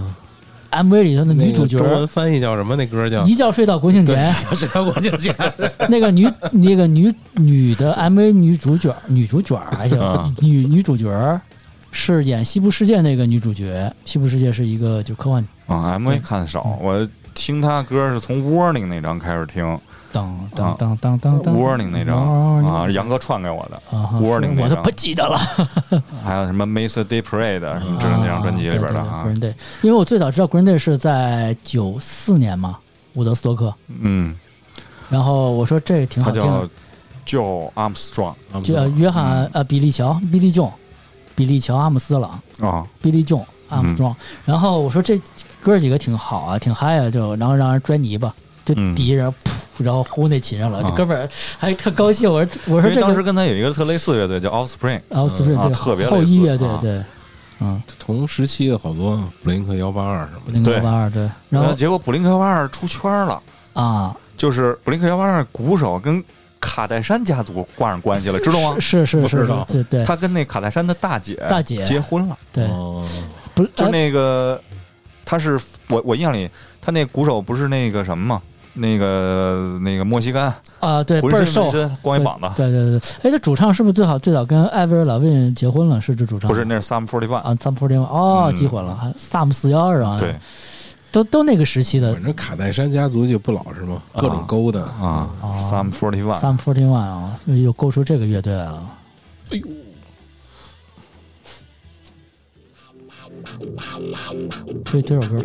MV 里头的女主角， 中文翻译叫什么？那歌叫一觉睡到国庆节， 睡到国庆节。 那个女的 MV 女主角还行，女主角是演《西部世界》那个女主角，《西部世界》是一个就科幻 MV 看的少，我听她歌是从 Warning 那张开始听。 当 Warning 那张杨哥传给我的 Warning 那张我都不记得了。 还有什么 Mesa Day Parade 什么这那张专辑里边的 Green Day， 因为我最早知道 Green Day 是在94年嘛，伍德斯托克。然后我说这挺好听的。 他叫 Joe Armstrong， 叫约翰比利乔阿姆斯特朗Billy Joe Armstrong。然后我说这哥几个挺好啊，挺嗨啊，就然后让人拽泥巴，就底下人噗，然后呼那琴上了，这哥们儿还特高兴。我说这个当时跟他有一个特类似的乐队叫 Offspring， 对， 特别后裔乐队，对。 同时期的好多布林克182什么的， 布林克182对，然后结果布林克182出圈了就是布林克182鼓手跟卡戴珊家族挂上关系了，知道吗？ 是，对， 他跟那卡戴珊的大姐结婚了， 对， 不是就那个他是我印象里，他那鼓手不是那个什么吗？那个墨西哥对，倍儿瘦， 光一膀子。 对。哎，这主唱是不是最早跟艾薇儿老温结婚了？是这主唱？ 不是，那是 Sum 41 Sum 41记混了，还 Sum 41是吧？ 对， 都那个时期的。 反正卡戴珊家族就不老实嘛，各种勾的 Sum 41 Sum 41又勾出这个乐队来了。哎呦！这首歌。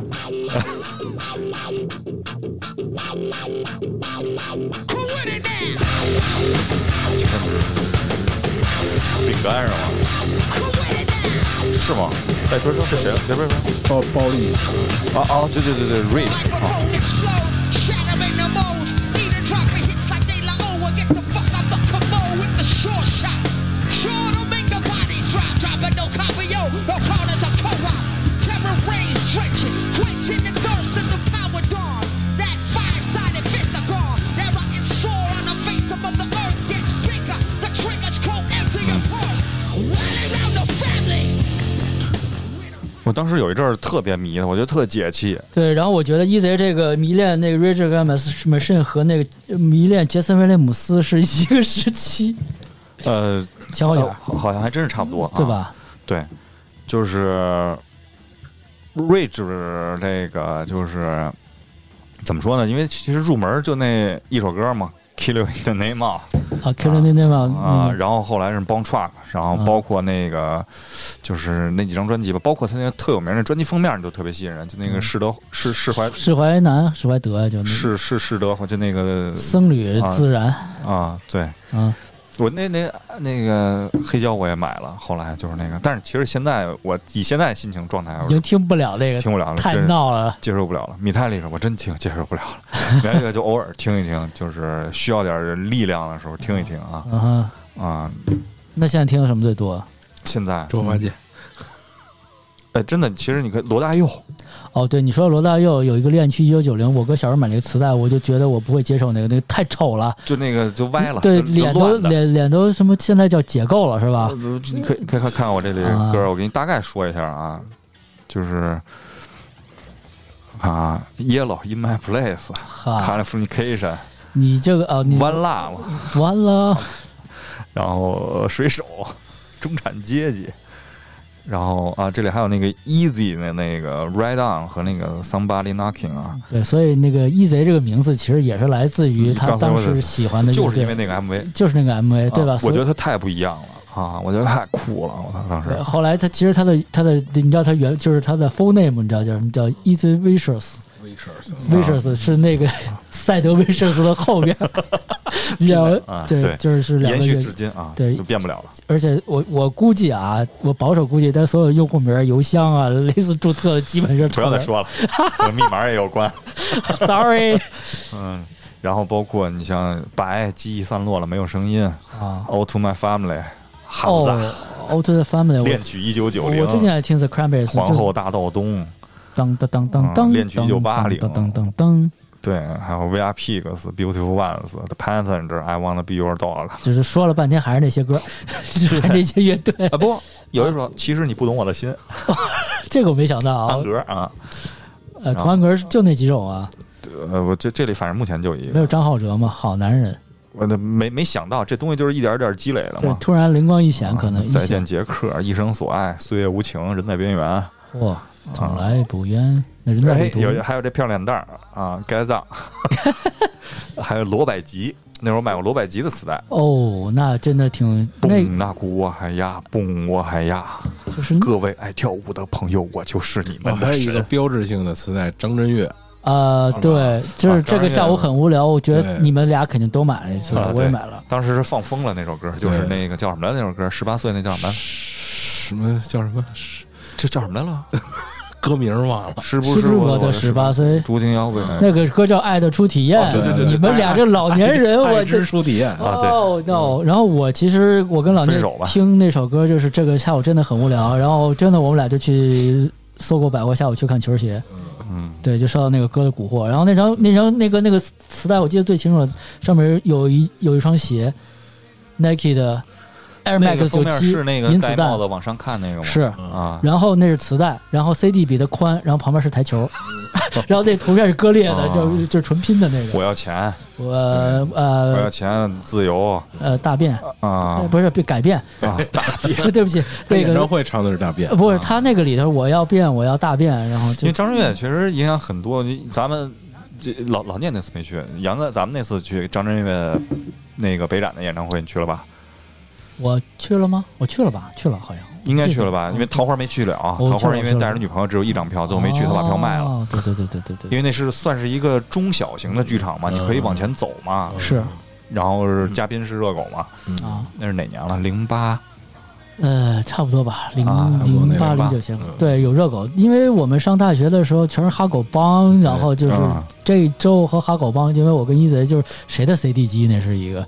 饼干是吗？ 是吗？哎，不是谁？别暴力对 ，Rage 啊。我当时有一阵儿特别迷的，我觉得特解气。 对，然后我觉得EZ这个迷恋那个 Rage Against the Machine 和那个迷恋杰森威廉姆斯是一个时期。前后脚好像还真是差不多， 对吧？ 对，就是 Rage 这个就是怎么说呢？因为其实入门就那一首歌嘛。Kill You in the Name of 啊 ，Kill You in the Name of 啊，然后后来是 Bomb Truck， 然后包括那个就是那几张专辑吧，包括他那个特有名的专辑封面都特别吸引人，就那个释怀南释怀德就释德，就那个僧侣自然啊，对，我那个黑胶我也买了，后来就是那个，但是其实现在我以现在心情状态， 已经听不了那个， 听不了了， 太闹了， 接受不了了。米泰利克我真接受不了了，那个就偶尔听一听，就是需要点力量的时候听一听啊。 那现在听的什么最多？ 现在周华健。 哎，真的，其实你看罗大佑。 哦，对，你说罗大佑有一个恋曲1990，我哥小时候买那个磁带，我就觉得我不会接受那个太丑了， 就那个就歪了， 对，脸都什么现在叫解构了是吧？ 你可以看我这里歌，我给你大概说一下啊，就是Yellow in My Place， Californication， 你这个 One Love， 然后水手，中产阶级。然后这里还有那个 Easy 的那个 Ride On 和那个 Somebody Knocking 啊， 对，所以那个 EZ 这个名字其实也是来自于他当时喜欢的， 就是因为那个 MV， 就是那个 MV， 对吧？ 我觉得他太不一样了啊，我觉得太酷了，我当时。 后来他其实他的，你知道他就是他的 full name， 你知道叫什么？叫 Easy Vicious，Vicious 是那个赛德 Vicious 的后边。对，就是延续至今啊， 对， 就变不了了。 而且我估计啊，我保守估计，但所有用户名、邮箱啊，类似注册的基本上不要再说了，和密码也有关。 Sorry。 然后包括你像白记忆散落了，没有声音啊 ，All to My Family， All to the Family， 恋曲1990， 我最近爱听 The Cranberries， 皇后大道东， 当当当当当， 恋曲1980， 当当当。 对，还有 VR Pigs、Beautiful Ones、The Passenger、I Wanna Be Your Dog， 就是说了半天还是那些歌，还是那些乐队啊。不，有一首其实你不懂我的心， 这个我没想到啊。 安格啊， 童安格就那几首啊。 我这里反正目前就一个。 没有张浩哲吗？好男人。 我没想到这东西就是一点点积累的嘛。 突然灵光一现，可能再见杰克，一生所爱，岁月无情，人在边缘。 哇，从来不远。人在旅途还有这漂亮蛋啊，该葬，还有罗百吉，那时候买过罗百吉的磁带。 哦，那真的挺那鼓我还压，蹦我还压， 就是各位爱跳舞的朋友，我就是你们的神。 一个标志性的磁带，张震岳。 对，就是这个下午很无聊，我觉得你们俩肯定都买了一次，我也买了。 当时是放疯了那首歌，就是那个叫什么来那首歌，18岁那叫什么？ 什么叫什么？ 这叫什么来了？ 歌名忘了， 是不是我的18岁？ 竹蜻摇滚， 那个歌叫《爱的初体验》。 对， 你们俩这老年人，我这初体验啊，对。 no， 然后我跟老聂听那首歌，就是这个下午真的很无聊，然后真的我们俩就去搜狗百货，下午去看球鞋。对，就受到那个歌的蛊惑。然后那张那个磁带，我记得最清楚，上面有一双鞋 ，Nike 的。Air Max 97 是那个戴帽子往上看那个吗？ 是啊， 然后那是磁带，然后 CD 比它宽，然后旁边是台球，然后那图片是割裂的，就是纯拼的那个。 我要钱， 我要钱，自由， 大便啊， 不是改变啊，大便， 对不起，那个演唱会唱的是大便， 不是他那个里头我要变，我要大便，然后因为张震岳确实影响很多，咱们这老聂那次没去，杨哥咱们那次去张震岳那个北展的演唱会，你去了吧？ 我去了吗？我去了吧，去了好像应该去了吧，因为桃花没去了桃花因为带着女朋友只有一张票，最后没去，他把票卖了。 对， 因为那是算是一个中小型的剧场嘛，你可以往前走嘛。 是， 然后嘉宾是热狗嘛。那是哪年了？08 差不多吧，0809前后。对，有热狗，因为我们上大学的时候全是哈狗帮，然后就是这周和哈狗帮，因为我跟一贼就是谁的 CD 机那是一个。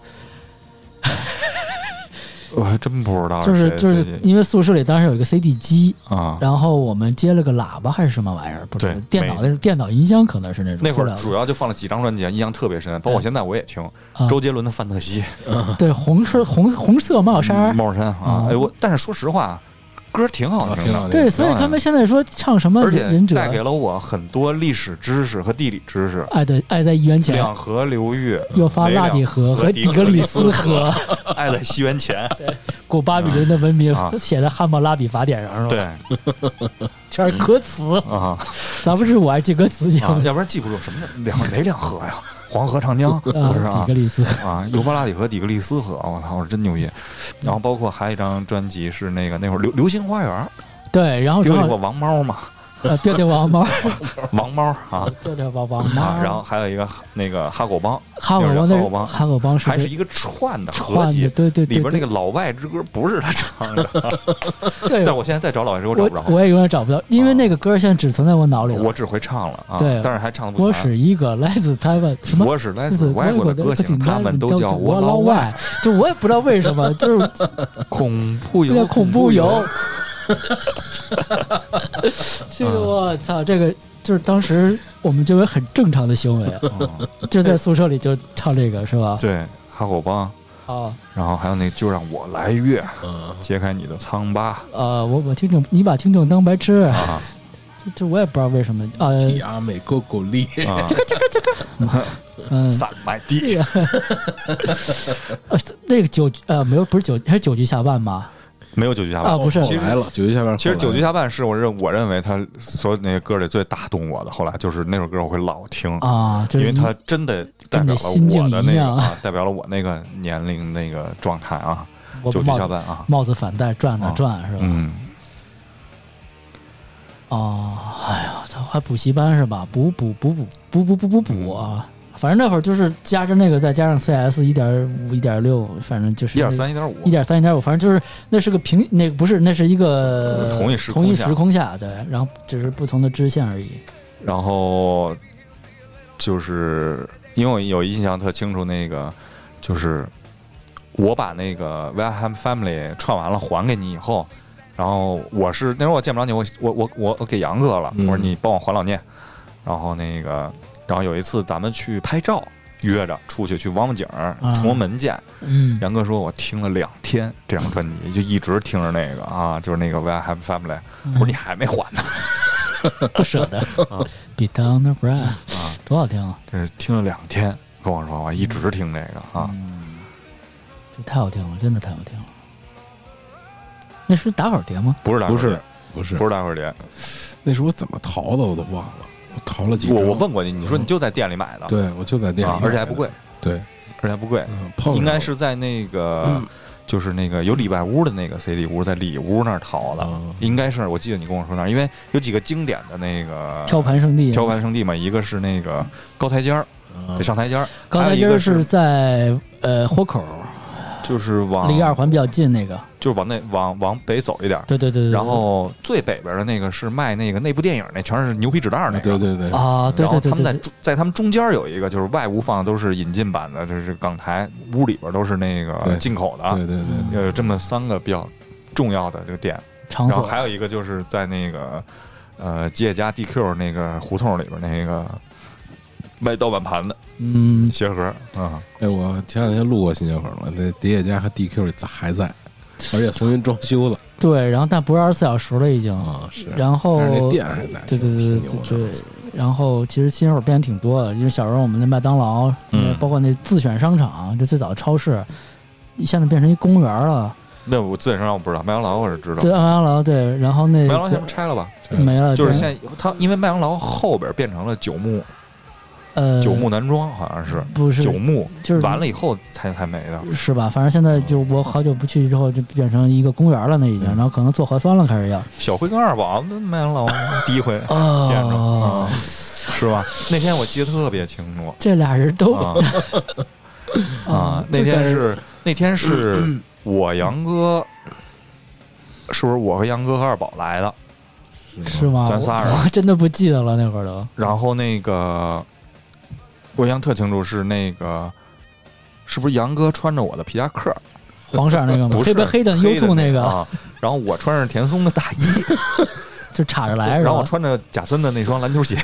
我还真不知道， 就是因为宿舍里当时有一个 CD 机啊， 然后我们接了个喇叭还是什么玩意儿，不知道电脑音箱可能是那种。 那会儿主要就放了几张专辑，印象特别深，包括现在我也听周杰伦的《范特西》， 对，红色帽衫啊，哎但是说实话。歌挺好听的， 对，所以他们现在说唱什么忍者， 而且带给了我很多历史知识和地理知识。 爱在一元前， 两河流域， 幼发拉底河和底格里斯河， 爱在西元前。 对，古巴比伦的文明写在汉谟拉比法典上，是吧？ 对， 全是歌词啊。 咱们是我爱记歌词去， 要不然记不住什么哪两河呀？黄河、长江，不是啊？ 底格里斯啊，幼发拉底河、底格里斯河，我操，我真牛逼！然后包括还有一张专辑是那会儿流星花园， 对，然后有过王猫嘛， 对王猫啊， 对王猫， 然后还有一个那个哈狗帮， 哈狗帮还是一个串的合集，对， 里边那个老外之歌不是他唱的， 对， 但我现在再找老外之歌找不着， 我也永远找不到，因为那个歌现在只存在我脑里了， 我只会唱了啊， 对， 但是还唱的不。 我是一个来自台湾，什么？ 我是来自外国的歌星，他们都叫我老外，就我也不知道为什么，就是恐怖游， 恐怖游。这个我操，这个就是当时我们认为很正常的行为，就在宿舍里就唱这个是吧？ 对，哈狗帮啊， 然后还有那就让我来越，揭开你的疮疤。 我听众，你把听众当白痴啊！这我也不知道为什么啊。 提阿美狗狗力， 这个， 散麦地。 那个没有，不是还是9局下半吗？ 没有9局下半啊，不是来了9局下半。 其实9局下半是我认为他所有那些歌里最打动我的。后来就是那首歌我会老听啊， 因为它真的代表了我的那个代表了我那个年龄那个状态啊。9局下半啊， 帽子反戴转啊转是吧？ 嗯。 哦，哎呀，他还补习班是吧？补啊！反正那会儿就是加上那个，再加上 CS 1.5、1.6，反正就是 1.3、1.5、 1.3、1.5，反正就是那是个那个不是，那是一个同一时空下，对，然后只是不同的支线而已。 然后就是因为我有印象特清楚，那个就是我把那个 Wilhelm Family 串完了还给你以后，然后我是那时候我见不着你，我给杨哥了，我说你帮我还老聂，然后然后有一次咱们去拍照，约着出去王府井崇文门见。杨哥说我听了2天这张专辑，就一直听着那个啊，就是那个 Wilhelm Family。我说你还没还呢， 不舍得。Beat on the ground 啊，多好听啊！ 这是听了2天，跟我说我一直听这个啊， 这太好听了，真的太好听了。那是打口碟吗？ 不是打口碟， 不是打口碟。 那是我怎么淘的我都忘了。我淘了几张， 我问过你，你说你就在店里买的， 对，我就在店里买的， 而且还不贵， 对， 而且还不贵，应该是在那个就是那个有礼拜屋的那个 CD 屋，在里屋那儿淘的，应该是我记得你跟我说那儿，因为有几个经典的那个挑盘圣地嘛，一个是那个高台阶儿，得上台阶儿， 高台阶儿是在豁口。 就是往离2环比较近那个， 就是往北走一点， 对。 然后最北边的那个是卖那个那部电影，那全是牛皮纸袋那个， 对啊，对。 然后他们在他们中间有一个，就是外屋放的都是引进版的，就是港台，屋里边都是那个进口的， 对。 有这么3个比较重要的这个店，然后还有一个就是在那个吉野家 DQ 那个胡同里边那个卖盗版盘的。鞋盒啊！ 哎，我前2天路过新街口了，那迪野家和 DQ 咋还在，而且重新装修了。 对，然后但不是24小时了已经啊，是。 然后但是那店还在， 对。然后其实新街口变得挺多的，因为小时候我们那麦当劳，包括那自选商场，就最早的超市，现在变成一公园了。 那我自选商场我不知道，麦当劳我是知道。 对，麦当劳对，然后那麦当劳现在拆了吧？ 没了。 就是现在它因为麦当劳后边变成了九牧。九牧男装好像是不是九牧， 就是完了以后才没的， 是吧？反正现在就我好久不去之后，就变成一个公园了，那已经，然后可能做核酸了，开始要小辉跟二宝，那麦当劳第一回见着，是吧？那天我记得特别清楚， 这俩人都那天是我杨哥是不是我和杨哥和二宝来的？ 是吗？ 咱仨人， 我真的不记得了那会儿都。 然后那个我印象特清楚，是那个是不是杨哥穿着我的皮夹克， 黄色那个吗？ 不是黑的 U2 那个啊。然后我穿着田松的大衣， 就插着来， 然后我穿着贾森的那双篮球鞋。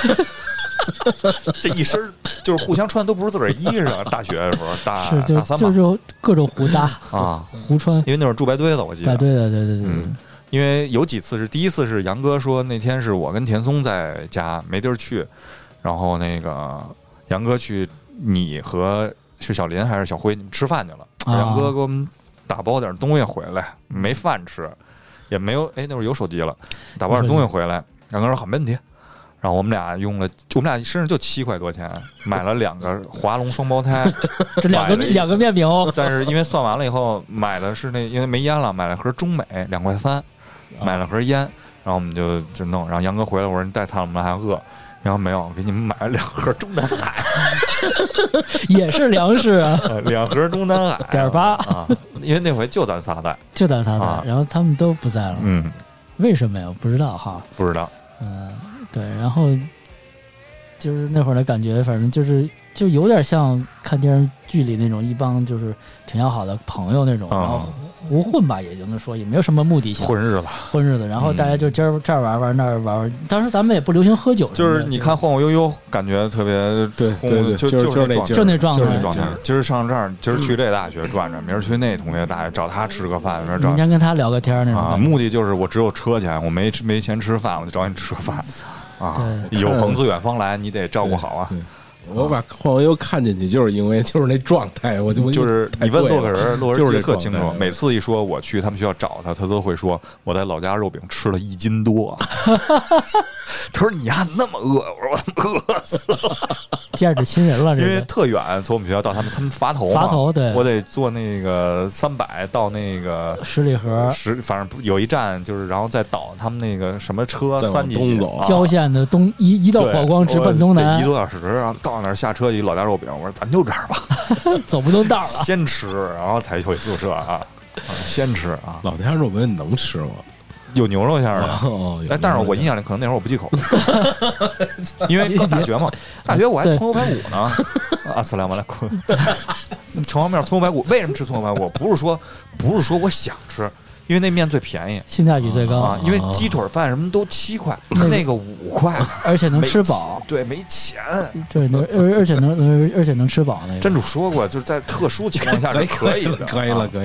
这一身就是互相穿都不是自个儿衣裳，大学的时候大三嘛， 就是各种胡搭啊， 胡穿。因为那会儿住白堆子，我记得。 白堆子，对。 因为有几次是第一次是杨哥说那天是我跟田松在家没地儿去，然后那个杨哥去你和是小林还是小辉你们吃饭去了，杨哥给我们打包点东西回来，没饭吃，也没有那会儿有手机了，打包点东西回来，杨哥说好没问题。然后我们俩身上就7块多钱，买了2个华龙双胞胎， 这两个面饼。 但是因为算完了以后买的是因为没烟了，买了盒中美2块3，买了盒烟，然后我们就弄。然后杨哥回来，我说你带餐了，我们还饿。然后没有，给你们买了2盒中南海， 也是粮食啊 ，2盒中南海 .8 啊，因为那回就咱仨在， 然后他们都不在了，为什么呀？不知道哈， 不知道， 对，然后就是那会儿的感觉，反正就有点像看电视剧里那种一帮就是挺要好的朋友那种，然后胡混吧，也就能说也没有什么目的性， 混日子， 然后大家就今儿这儿玩那儿玩。当时咱们也不流行喝酒， 就是你看晃晃悠悠，感觉特别对， 就那状态。 今儿上这儿，今儿去这大学转转，明儿去那同学大学找他吃个饭， 明天跟他聊个天那种。 目的就是我只有车钱，我没钱吃饭，我就找你吃个饭。有朋自远方来，你得照顾好啊。 我把晃悠悠看进去，就是因为就是那状态，我就是你问洛克人记得特清楚，每次一说我去他们学校找他，他都会说我在老家肉饼吃了1斤多。他说你还那么饿？我说我饿死了， 见着亲人了， 因为特远，从我们学校到他们垡头，对，我得坐那个300到那个十里河， 反正有一站就是，然后再倒他们那个什么车3级东走， 郊县的一道火光直奔东南，1 多小时，然后到那儿下车一老家肉饼，我说咱就这儿吧， 走不动道了， 先吃，然后才回宿舍啊，先吃啊。 老家肉饼你能吃吗？ 有牛肉馅的，但是我印象里可能那会儿我不忌口，因为大学嘛，大学我还葱油排骨呢。阿斯拉马来坤，城隍庙葱油排骨，为什么吃葱油排骨？不是说我想吃。因为那面最便宜， 性价比最高啊！因为鸡腿饭什么都7块，那个5块， 而且能吃饱。 对，没钱。 对，而且能吃饱。那个真主说过，就是在特殊情况下是可以的， 可以了。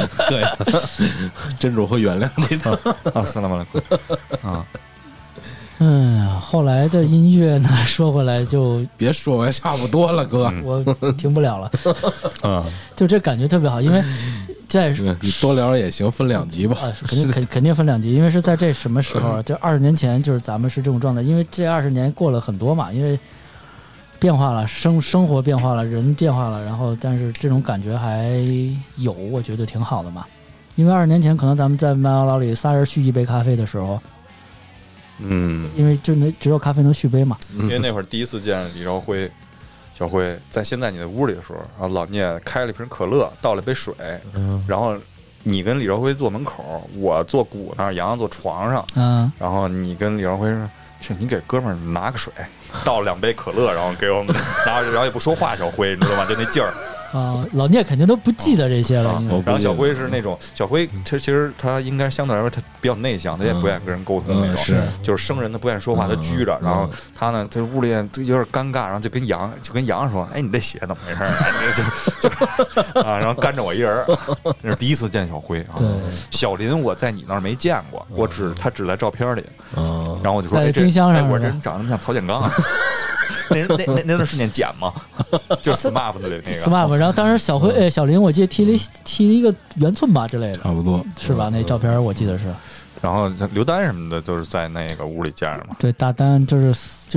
真主会原谅你的啊！斯拉马来坤啊。 后来的音乐呢？说回来就别说完，差不多了，哥， 我听不了了。就这感觉特别好，因为你多聊聊也行，分2集吧。 肯定分2集，因为是在这什么时候？就20年前，就是咱们是这种状态。因为这20年过了很多嘛，因为变化了，生活变化了，人变化了，然后但是这种感觉还有，我觉得挺好的嘛。因为20年前可能咱们在麦当劳里仨人续一杯咖啡的时候。因为就只有咖啡能续杯嘛。 因为那会儿第一次见李兆辉、小辉在现在你的屋里的时候，然后老聂开了一瓶可乐，倒了一杯水，然后你跟李兆辉坐门口，我坐鼓那儿，洋洋坐床上，然后你跟李兆辉说：“去，你给哥们儿拿个水，倒了2杯可乐，然后给我们，然后也不说话，小辉你知道吗？就那劲儿。” 老聂肯定都不记得这些了。 然后小辉是那种，小辉其实他应该相对来说他比较内向，他也不愿意跟人沟通那种，就是生人他不愿意说话，他拘着。然后他呢，在屋里有点尴尬，然后就跟杨说：“哎，你这鞋怎么回事？”就然后干着我一人。那是第一次见小辉啊。小林我在你那儿没见过，他只在照片里。然后我就说：“ 在冰箱上， 我这人长得那么像曹建刚。”那段是念简吗？就是 SMAP 的那个 SMAP。然后当时小林，我记得提了一个圆寸吧之类的， 差不多是吧？那照片我记得是。 然后刘丹什么的都是在那个屋里见着嘛。 对，大丹就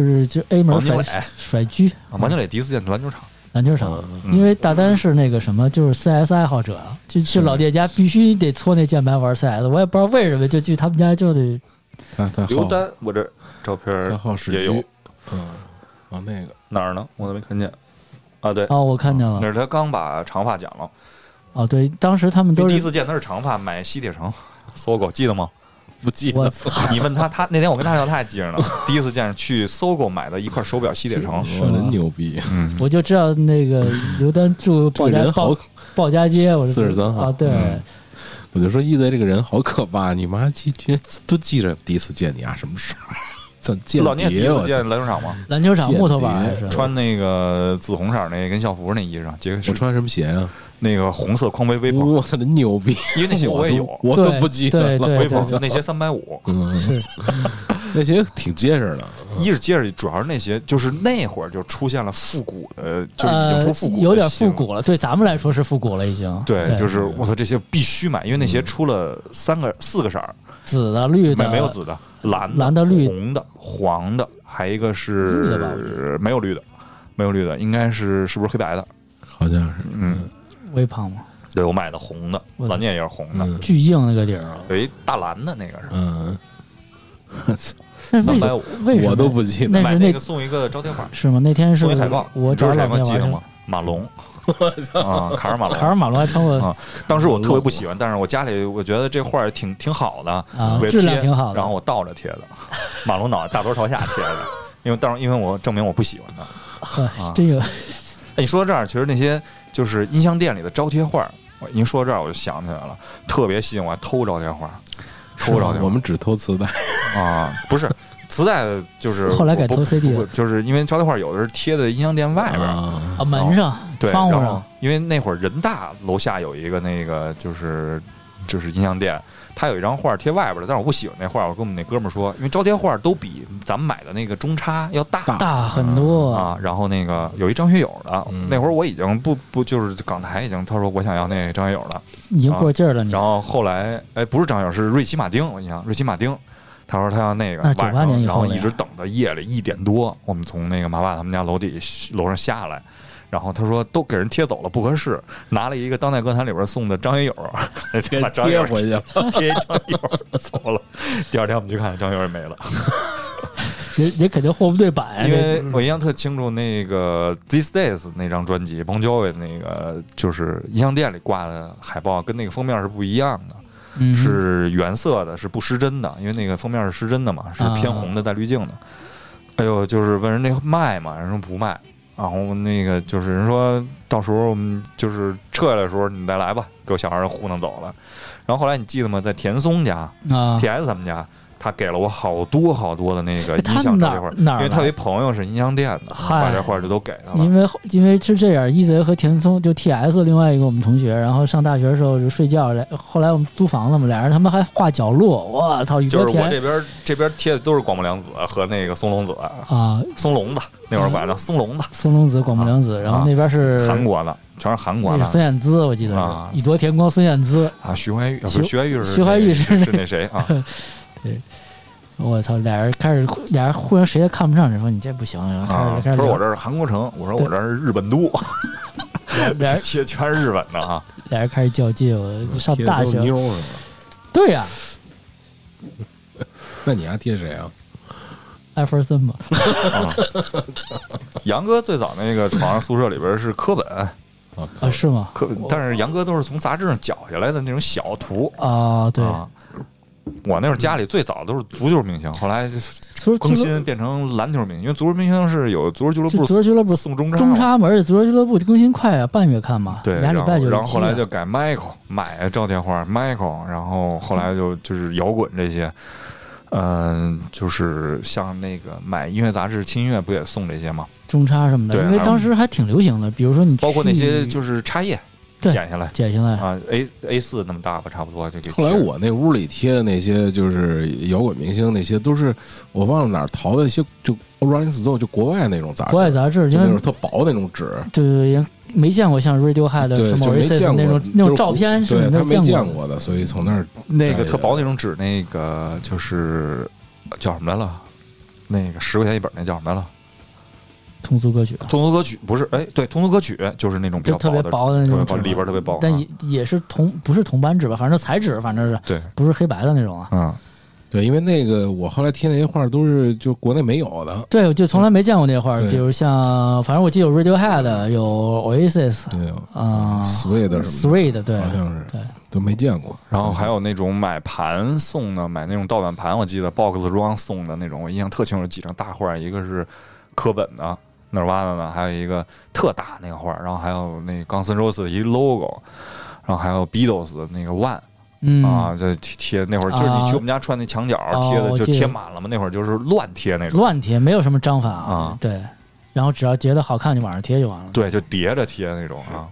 A 门甩狙。 王经磊第一次见篮球场，因为大丹是那个什么，就是 CS 爱好者，就老爹家必须得搓那键盘玩 CS，我也不知道为什么，就去他们家就得。 刘丹，我这照片也有。 那个哪儿呢？我都没看见。啊，对， 我看见了。 那是他刚把长发剪了。 对，当时他们都是第一次见他是长发，买西铁城。 搜狗记得吗？ 不记得。 我操！ 你问他，他那天我跟他聊，他还记着呢。第一次见去搜狗买的一块手表吸铁城， 真牛逼！ 我就知道那个刘丹住鲍家街，我 43号啊，对。 我就说一贼这个人好可怕，你妈都记着第一次见你啊什么时候？ 老聂第一次见篮球场吗？ 篮球场木头板穿那个紫红色那跟校服那衣裳， 我穿什么鞋啊？ 那个红色匡威微朋， 我操，真牛逼！ 因为那些我也有， 我都不记得了。 微朋那些350， 是那些挺结实的。 一是结实，主要是那些就是那会儿就出现了复古的，就是已经出复古， 有点复古了。对咱们来说是复古了，已经。 对，就是我操，这些必须买，因为那鞋出了4个色儿， 紫的、绿的， 没有紫的， 蓝的、绿红的、黄的，还一个是没有绿的，没有绿的，应该是不是黑白的？ 好像是， 微胖吗？ 对，我买的红的，老聂也是红的， 巨硬那个底儿， 有一大蓝的那个是，350， 我都不记得。 买那个送一个招贴画是吗？那天是送一海报， 我找老记得吗？马龙。啊，卡尔马龙还穿过啊！当时我特别不喜欢，但是我家里我觉得这画儿挺好的， 质量挺好的。 然后我倒着贴的，马龙脑袋大头朝下贴的，因为我证明我不喜欢他。 真有。 你说到这儿，其实那些就是音像店里的招贴画，您说到这儿我就想起来了，特别吸引我，还偷招贴画， 我们只偷磁带啊，不是。磁带就是后来改偷 CD 了， 就是因为招贴画有的是贴在音像店外边啊，门上、窗户上。 因为那会儿人大楼下有一个那个就是音像店，他有一张画贴外边的，但是我不喜欢那画，我跟我们那哥们儿说，因为招贴画都比咱们买的那个中差要大很多啊。然后那个有一张学友的，那会儿我已经不就是港台已经他说我想要那张学友的， 已经过劲儿了。 然后后来不是张学友，是瑞奇马丁，我印象瑞奇马丁。他说他要那个 98年以后， 然后一直等到夜里1点多，我们从那个马爸他们家楼上下来，然后他说都给人贴走了，不合适，拿了一个当代歌坛里边送的张学友，把张学友回去了， 贴张学友走了。第二天我们去看，张学友也没了。 人肯定货不对版， 因为我印象特清楚，那个 These Days 那张专辑，Bon Jovi 那个就是音像店里挂的海报，跟那个封面是不一样的。是原色的，是不失真的，因为那个封面是失真的嘛，是偏红的带滤镜的。哎呦，就是问人那卖嘛，人说不卖，然后那个就是人说到时候我们就是撤下来的时候你再来吧，给我小孩糊弄走了。然后后来你记得吗？在田松家TS 他们家。他给了我好多的那个音响招贴画，因为他有一朋友是音像店的，把这画就都给他了。 因为是这样，一贼和田松就 TS 另外一个我们同学，然后上大学的时候就睡觉，后来我们租房子嘛，俩人他们还画角落，我操！ 就是我这边贴的都是广木凉子和那个松隆子啊，松隆子那会儿管叫松隆子广木凉子，然后那边是韩国的，全是韩国的。 孙燕姿我记得是宇多田光、孙燕姿啊，徐怀钰是那谁啊？ 对，我操！俩人互相谁也看不上，说你这不行。开始他说我这是韩国城，我说我这是日本都，俩人贴全是日本的啊。 俩人开始较劲，我上大学。 妞是吧？ 对呀。 那你还贴谁啊？ 艾弗森吧。 杨哥最早那个床上宿舍里边是课本。 是吗？ 但是杨哥都是从杂志上绞下来的那种小图啊，对。 我那会儿家里最早都是足球明星，后来更新变成篮球明星，因为足球明星是有足球俱乐部送中差嘛，而且足球俱乐部更新快啊，半月刊嘛， 对， 俩礼拜就。 然后后来就改 Michael 买招贴画 Michael， 然后后来就是摇滚这些，就是像那个买音乐杂志轻音乐不也送这些吗？ 中差什么的，因为当时还挺流行的，比如说你包括那些就是插页。剪下来啊 ，A4 那么大吧，差不多就给。 后来我那屋里贴的那些就是摇滚明星，那些都是我忘了哪儿淘的一些，就 Rolling Stone 就国外那种杂志， 国外杂志， 就那种特薄那种纸。 对，没见过像 Radiohead 什么 Oasis 那种照片， 对他没见过的，所以从那儿那个特薄那种纸，那个就是叫什么来了？那个10块钱一本，那叫什么来了？ 通俗歌曲不是，对，通俗歌曲就是那种比较特别薄的那种纸， 里边特别薄， 但也是不是铜版纸吧，反正材质，反正是对， 不是黑白的那种啊。 对，因为那个我后来贴那些画都是就国内没有的， 对，我就从来没见过那些画，比如像反正我记得有 Radiohead，有 Oasis， 对啊，Suede 什么 ，Suede 对， 好像是对。 都没见过。 然后还有那种买盘送的，买那种盗版盘，我记得 box 装送的那种，我印象特清楚，几张大画，一个是科本的那儿挖的呢，还有一个特大那个画，然后还有那钢丝 Rose 的一 logo， 然后还有 Beatles 的那个 One。啊，这贴那会儿就是你去我们家串那墙角贴的就贴满了嘛，那会儿就是乱贴那种， 乱贴没有什么章法啊，对，然后只要觉得好看就往上贴就完了， 对，就叠着贴那种啊。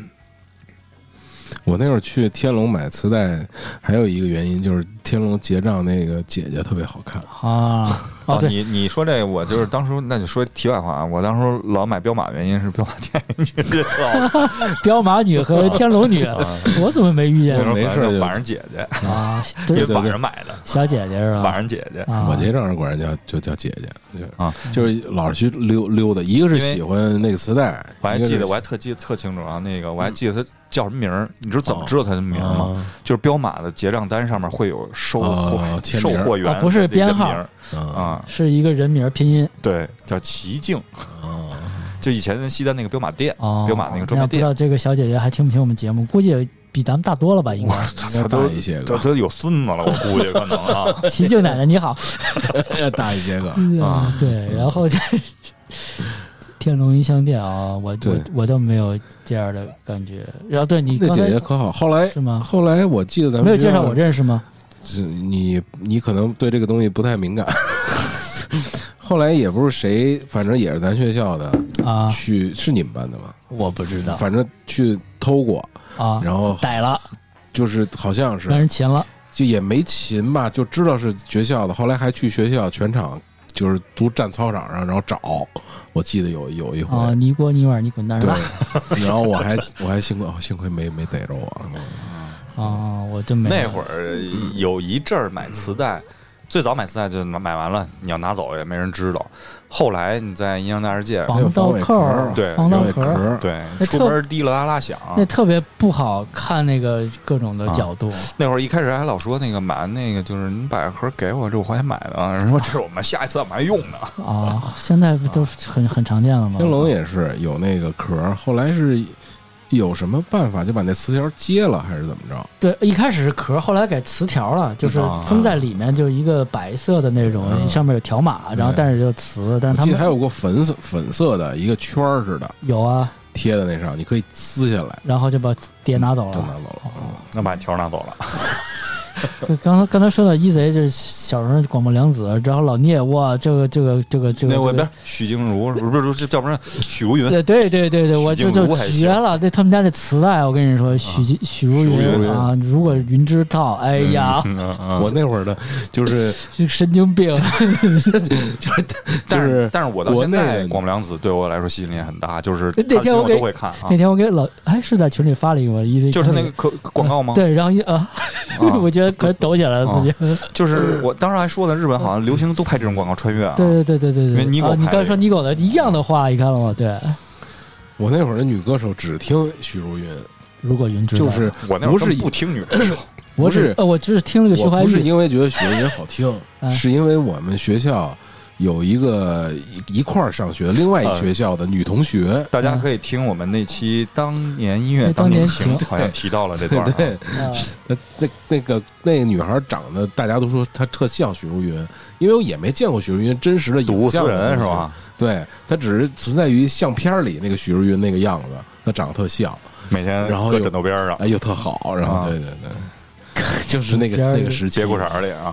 我那会儿去天龙买磁带，还有一个原因就是天龙结账那个姐姐特别好看啊。哦，对， 你说这个，我就是当初那就说题外话啊，我当初老买彪马的原因是彪马电影女彪马女和天龙女，我怎么没遇见？ 没事， 晚上姐姐啊， 对，晚上买的小姐姐是吧？ 晚上姐姐， 我结账管人叫姐姐啊，就是老是去溜达。一个是喜欢那个磁带， 我还记得，我还特清楚啊，那个我还记得他叫什么名儿？你知道怎么知道他的名儿吗？就是彪马的结账单上面会有售货员， 不是编号啊， 是一个人名拼音， 对，叫齐静。就以前西单那个彪马店，彪马那个专卖店。 不知道这个小姐姐还听不听我们节目？估计比咱们大多了吧？应该她大一些个， 她有孙子了，我估计可能啊。 齐静奶奶你好， 大一些个啊。对，然后这天龙音像店啊，我都没有这样的感觉。然后对你那姐姐可好，后来是吗？ 后来我记得咱们没有介绍我认识吗？ 你可能对这个东西不太敏感。后来也不是谁，反正也是咱学校的啊，是你们班的吗？ 我不知道， 反正去偷过啊， 然后逮了， 就是好像是让人擒了， 就也没擒吧，就知道是学校的。后来还去学校全场，就是都站操场上，然后找。我记得有一回啊，你锅你碗你滚蛋是吧？ 对，然后我还幸亏没逮着我。 啊，我真没。 那会儿有一阵儿买磁带。最早买磁带就买完了，你要拿走也没人知道。后来你在阴阳大世界， 防盗扣， 对， 防盗壳， 对，出门滴了啦啦响， 那特别不好看，那个各种的角度。 那会儿一开始还老说那个买完那个就是你把盒给我，这我花钱买的，人说这是我们下一次要买用的啊。现在不都很常见了吗？ 天龙也是有那个壳，后来是。有什么办法就把那磁条接了，还是怎么着？ 对，一开始是壳，后来改磁条了，就是封在里面，就一个白色的那种，上面有条码，然后但是有磁。但是他们还有过粉色的一个圈似的， 有啊， 贴在那上，你可以撕下来， 然后就把碟拿走了， 就拿走了， 那把条拿走了。 刚才说到一贼，就是小时候广末凉子，然后老聂，哇，这个， 那我边许静茹不是这叫不是许茹芸？ 对，我就绝了！那他们家那磁带，我跟你说，许茹芸啊，如果云知道，哎呀， 我那会儿的就是神经病， 但是我到现在广末凉子对我来说吸引力很大，就是那天我都会看。 那天我给是在群里发了一个， 就是他那个广告吗？ 对，然后我觉得可抖起来了自己。 就是我当时还说的，日本好像流行都拍这种广告穿越啊。 对， 因为你刚才说尼狗的一样的话，你看了吗？对， 我那会儿的女歌手只听许茹芸， 如果云知道， 就是我那会儿不听女歌手， 我只是听了个徐怀钰， 不是因为觉得许茹芸好听，是因为我们学校。有一块上学，另外一学校的女同学， 大家可以听我们那期当年音乐当年情，好像提到了这段。 对，那个女孩长得，大家都说她特像许茹芸，因为我也没见过许茹芸真实的影像人是吧？ 对，她只是存在于相片里那个许茹芸那个样子，她长得特像， 每天然后搁枕头边上， 哎呦特好，然后对，就是那个时期节骨茬里啊。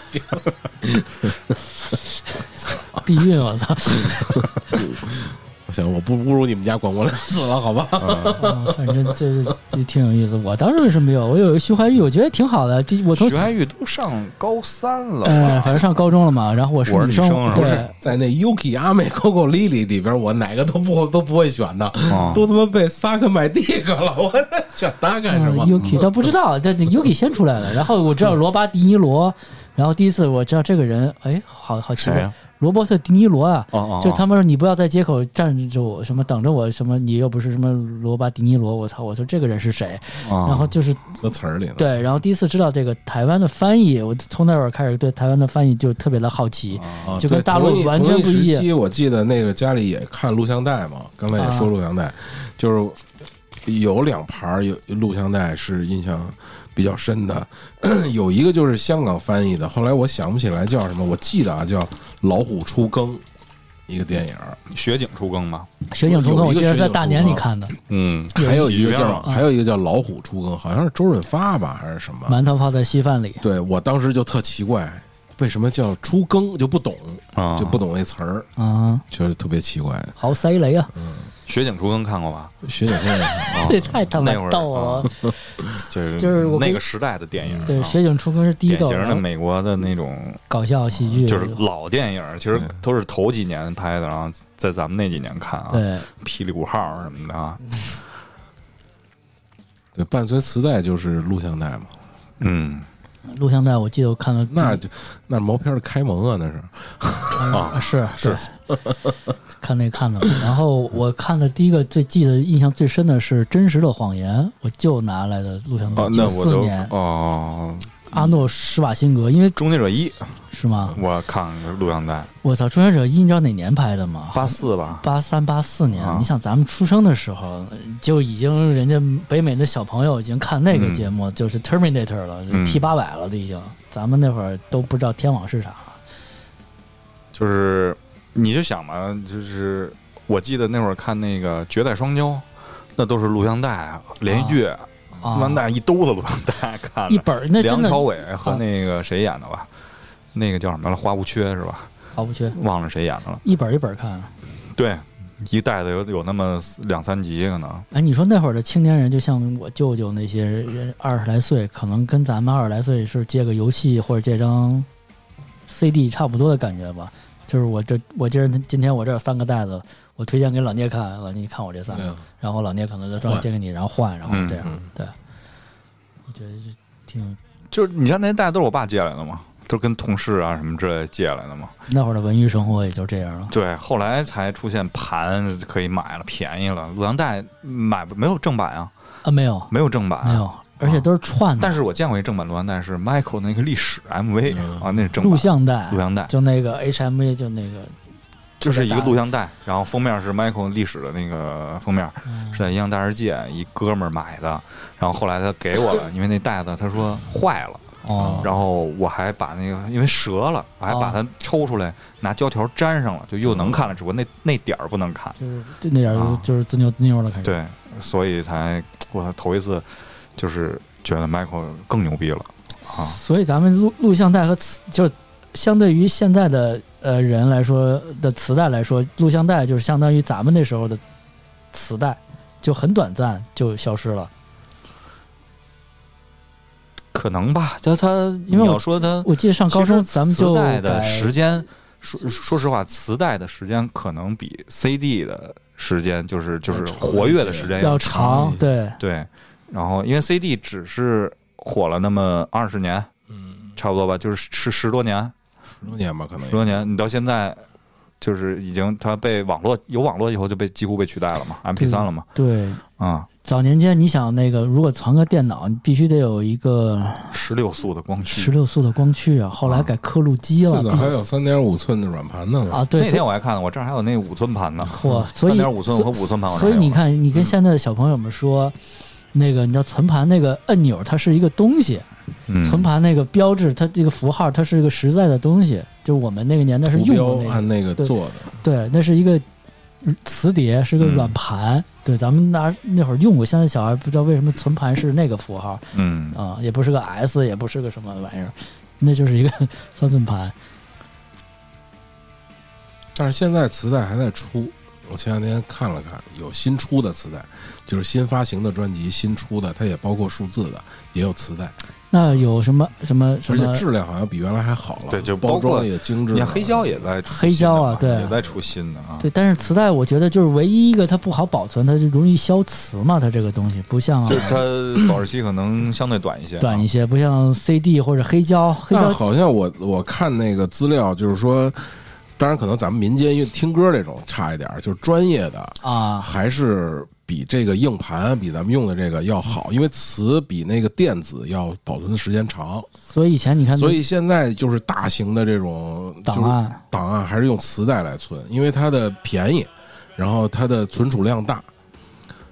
避孕，我操！ 行，我不侮辱你们家广末凉子了，好吧？ 反正这挺有意思。我当时是没有，我有一个徐怀钰，我觉得挺好的。我从徐怀钰都上高3了， 反正上高中了嘛。然后我是女生，对， 在那 Yuki 阿美 Coco Lily 里边，我哪个都不会选的，都他妈被萨克买蒂克了，我选他干什么 ？Yuki 他不知道，这 Yuki 先出来了。然后我知道罗巴迪尼罗，然后第一次我知道这个人，哎，好奇怪。罗伯特·迪尼罗啊，就他们说你不要在街口站着我，什么等着我，什么你又不是什么罗巴·迪尼罗，我操！我说这个人是谁？然后就是这词儿里呢。 对，然后第一次知道这个台湾的翻译，我从那会儿开始对台湾的翻译就特别的好奇，就跟大陆完全不一样。 我记得那个家里也看录像带嘛，刚才也说录像带，就是有2盘有录像带是印象比较深的，有一个就是香港翻译的，后来我想不起来叫什么，我记得啊叫《老虎出更》，一个电影， 雪景出更吗？ 雪景出更，我记得在大年里看的。 还有一个叫《老虎出更》，好像是周润发吧，还是什么？ 馒头泡在稀饭里。 对，我当时就特奇怪，为什么叫出更就不懂就不懂那词儿啊，就是特别奇怪。 好塞雷啊！ 雪景出更看过吧？ 雪景出更这太他妈逗了，就是那个时代的电影。 对，雪景出更是第一典型的美国的那种搞笑喜剧， 就是老电影，其实都是头几年拍的，然后在咱们那几年看啊， 对， 霹雳鼓号什么的啊。 对，伴随磁带就是录像带嘛。 录像带我记得我看了， 那毛片的开蒙啊，那是是看那看的。然后我看的第一个印象最深的是《真实的谎言》，我就拿来的录像带，94年阿诺施瓦辛格，因为《 终结者1》 是吗？ 我看了录像带。 我操，《终结者1》你知道哪年拍的吗 ？84吧 ，83、84年。你想咱们出生的时候，就已经人家北美的小朋友已经看那个节目，就是 Terminator 了，T800了都已经。咱们那会儿都不知道天网是啥。 就是你就想嘛，就是我记得那会儿看那个《绝代双骄》，那都是录像带连续剧。录像带一兜子录像带看的， 一本那梁朝伟和那个谁演的吧？那个叫什么了？花无缺是吧？ 花无缺， 忘了谁演的了。 一本一本看， 对，一袋子有那么2、3集可能。 哎，你说那会儿的青年人，就像我舅舅那些人20来岁，可能跟咱们20来岁是借个游戏或者借张 CD 差不多的感觉吧。就是我今天我这有3个袋子，我推荐给老聂看，老聂看我这3个，然后老聂可能就专门借给你，然后换，然后这样，对。我觉得就是你像那袋都是我爸借来的嘛，都是跟同事啊什么之类借来的嘛。 那会儿的文娱生活也就这样了。 对，后来才出现盘可以买了，便宜了。录像带没有正版啊？ 没有正版，没有。而且都是串的， 但是我见过一正版录像带是 Michael 那个历史 MV 那是正版录像带，就那个 HMV 就那个， 就是一个录像带，然后封面是 Michael 历史的那个封面，是在阴阳大世界一哥们儿买的，然后后来他给我了，因为那袋子他说坏了，然后我还把那个因为折了，我还把它抽出来拿胶条粘上了，就又能看了，只不过那点儿不能看， 就是那点儿就是自妞了开始。 对，所以我头一次。就是觉得 Michael 更牛逼了啊！ 所以咱们录像带和就是相对于现在的人来说的磁带来说，录像带就是相当于咱们那时候的磁带，就很短暂就消失了。 可能吧，他因为我说他， 我记得上高中咱们就磁带的时间，说实话，磁带的时间可能比 CD 的时间就是活跃的时间要长， 对。 然后，因为 CD 只是火了那么20年，差不多吧，就是10多年吧，可能 10多年。你到现在，就是已经它被有网络以后就几乎被取代了嘛 ，MP3 了嘛。 对啊， 早年间你想那个，如果传个电脑，你必须得有一个 16速的光驱啊。后来改刻录机了， 还有3.5寸的软盘呢啊。对， 那天我还看了，我这儿还有那5寸盘呢。 嚯，所以 3.5寸和5寸盘， 所以你看，你跟现在的小朋友们说。那个你知道存盘那个按钮它是一个东西，存盘那个标志它这个符号它是一个实在的东西，就我们那个年代是用的按那个做的， 对，那是一个磁碟，是个软盘，对，咱们那会儿用过，现在小孩不知道为什么存盘是那个符号，也不是个 S， 也不是个什么玩意儿，那就是一个3寸盘。 但是现在磁带还在出。我前两天看了看，有新出的磁带，就是新发行的专辑，新出的，它也包括数字的，也有磁带。 那有什么？而且质量好像比原来还好了， 对，就包装也精致。 你看黑胶也在出， 黑胶啊，对， 也在出新的啊。 对，但是磁带我觉得就是唯一一个它不好保存，它就容易消磁嘛，它这个东西不像， 就是它保质期可能相对短一些， 不像 CD 或者黑胶。 但好像我看那个资料，就是说。当然，可能咱们民间听歌这种差一点，就是专业的啊， 还是比这个硬盘比咱们用的这个要好，因为磁比那个电子要保存的时间长。 所以以前你看， 所以现在就是大型的这种档案还是用磁带来存，因为它的便宜，然后它的存储量大。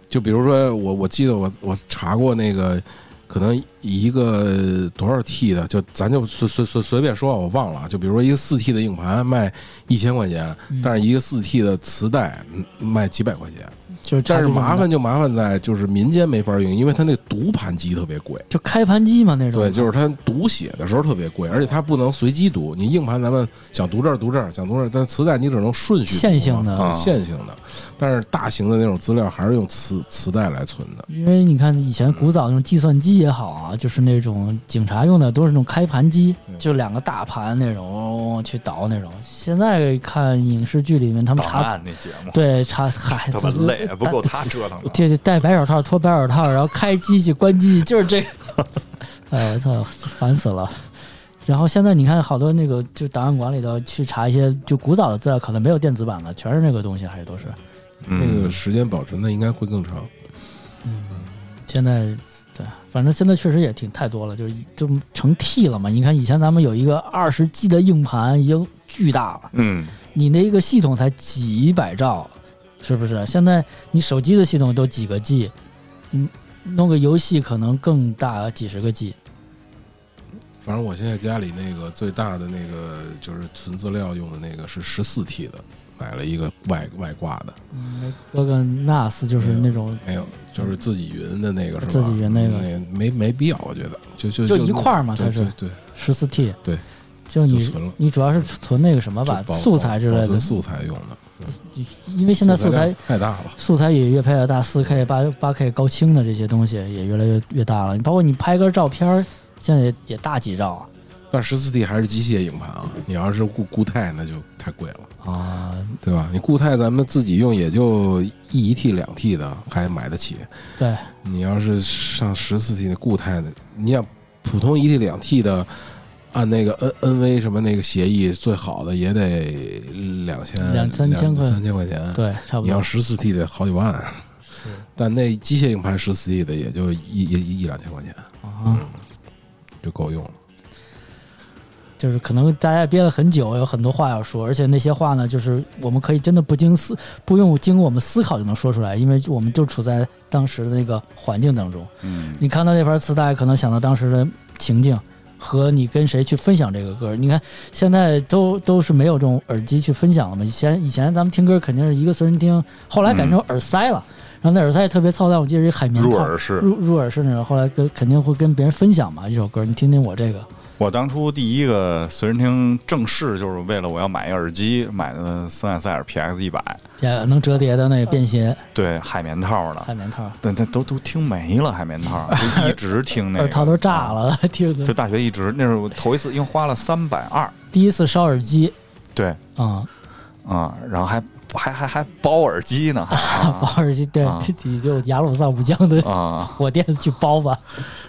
就比如说我记得我查过那个。可能一个多少 T 的，就咱就随便说，我忘了。就比如说一个4T 的硬盘卖1000块钱，但是一个4T 的磁带卖几百块钱。但是麻烦就麻烦在就是民间没法用，因为它那读盘机特别贵， 就开盘机嘛那种。 对，就是它读写的时候特别贵，而且它不能随机读。你硬盘咱们想读这儿读这儿，想读这儿，但磁带你只能顺序线性的， 线性的。但是大型的那种资料还是用磁带来存的。 因为你看以前古早那种计算机也好啊，就是那种警察用的都是那种开盘机，就2个大盘那种去导那种。现在看影视剧里面他们查那节目， 对查孩子累。不够他折腾的， 就戴白手套脱白手套，然后开机器关机器，就是这个。哎我操，烦死了。然后现在你看好多那个就档案馆里头去查一些就古早的资料，可能没有电子版的，全是那个东西，还是都是那个时间保存的应该会更长。 现在对，反正现在确实也挺太多了，就成 T 了嘛。你看以前咱们有一个20G 的硬盘已经巨大了，你那个系统才几百兆。是不是？现在你手机的系统都几个 G， 弄个游戏可能更大，几十个 G。 反正我现在家里那个最大的那个就是存资料用的那个是14T 的，买了一个外挂的。 搁个 NAS 就是那种没有，就是自己云的那个是吧？ 自己云那个没必要，我觉得就一块嘛，它是对 14T 对， 就你主要是存那个什么吧，素材之类的， 素材用的。 因为现在素材太大了， 素材也越拍越大，4K、8K 高清的这些东西也越来越大了。包括你拍个照片，现在也大几兆啊。 但14T 还是机械硬盘啊，你要是固态那就太贵了啊， 对吧？你固态咱们自己用也就1T 2T 的还买得起， 对。 你要是上14T 的固态的，你想普通1T 2T 的。按那个 NV 什么那个协议，最好的也得2-3千块钱， 对，差不多。 你要14T 得好几万，但那机械硬盘14T 的也就1-2千块钱就够用了。 就是可能大家憋了很久，有很多话要说，而且那些话呢，就是我们可以真的不用经过我们思考就能说出来，因为我们就处在当时的那个环境当中。你看到那盘磁带，可能想到当时的情境。和你跟谁去分享这个歌？你看现在都是没有这种耳机去分享了嘛。以前咱们听歌肯定是一个随身听，后来改成耳塞了，然后那耳塞也特别操蛋，我记得是海绵套入耳式那种，后来肯定会跟别人分享嘛，一首歌你听听我这个。 我当初第一个随身听正式就是为了我要买一耳机，买的森海塞尔 PX100， 能折叠的那个便携， 对，海绵套的， 海绵套， 对，都听没了，海绵套就一直听那个， 耳套都炸了，听的。 就大学一直，那是我头一次，因为花了320， 第一次烧耳机， 对，然后还包耳机呢， 包耳机，对，你就雅鲁藏布江的火电去包吧。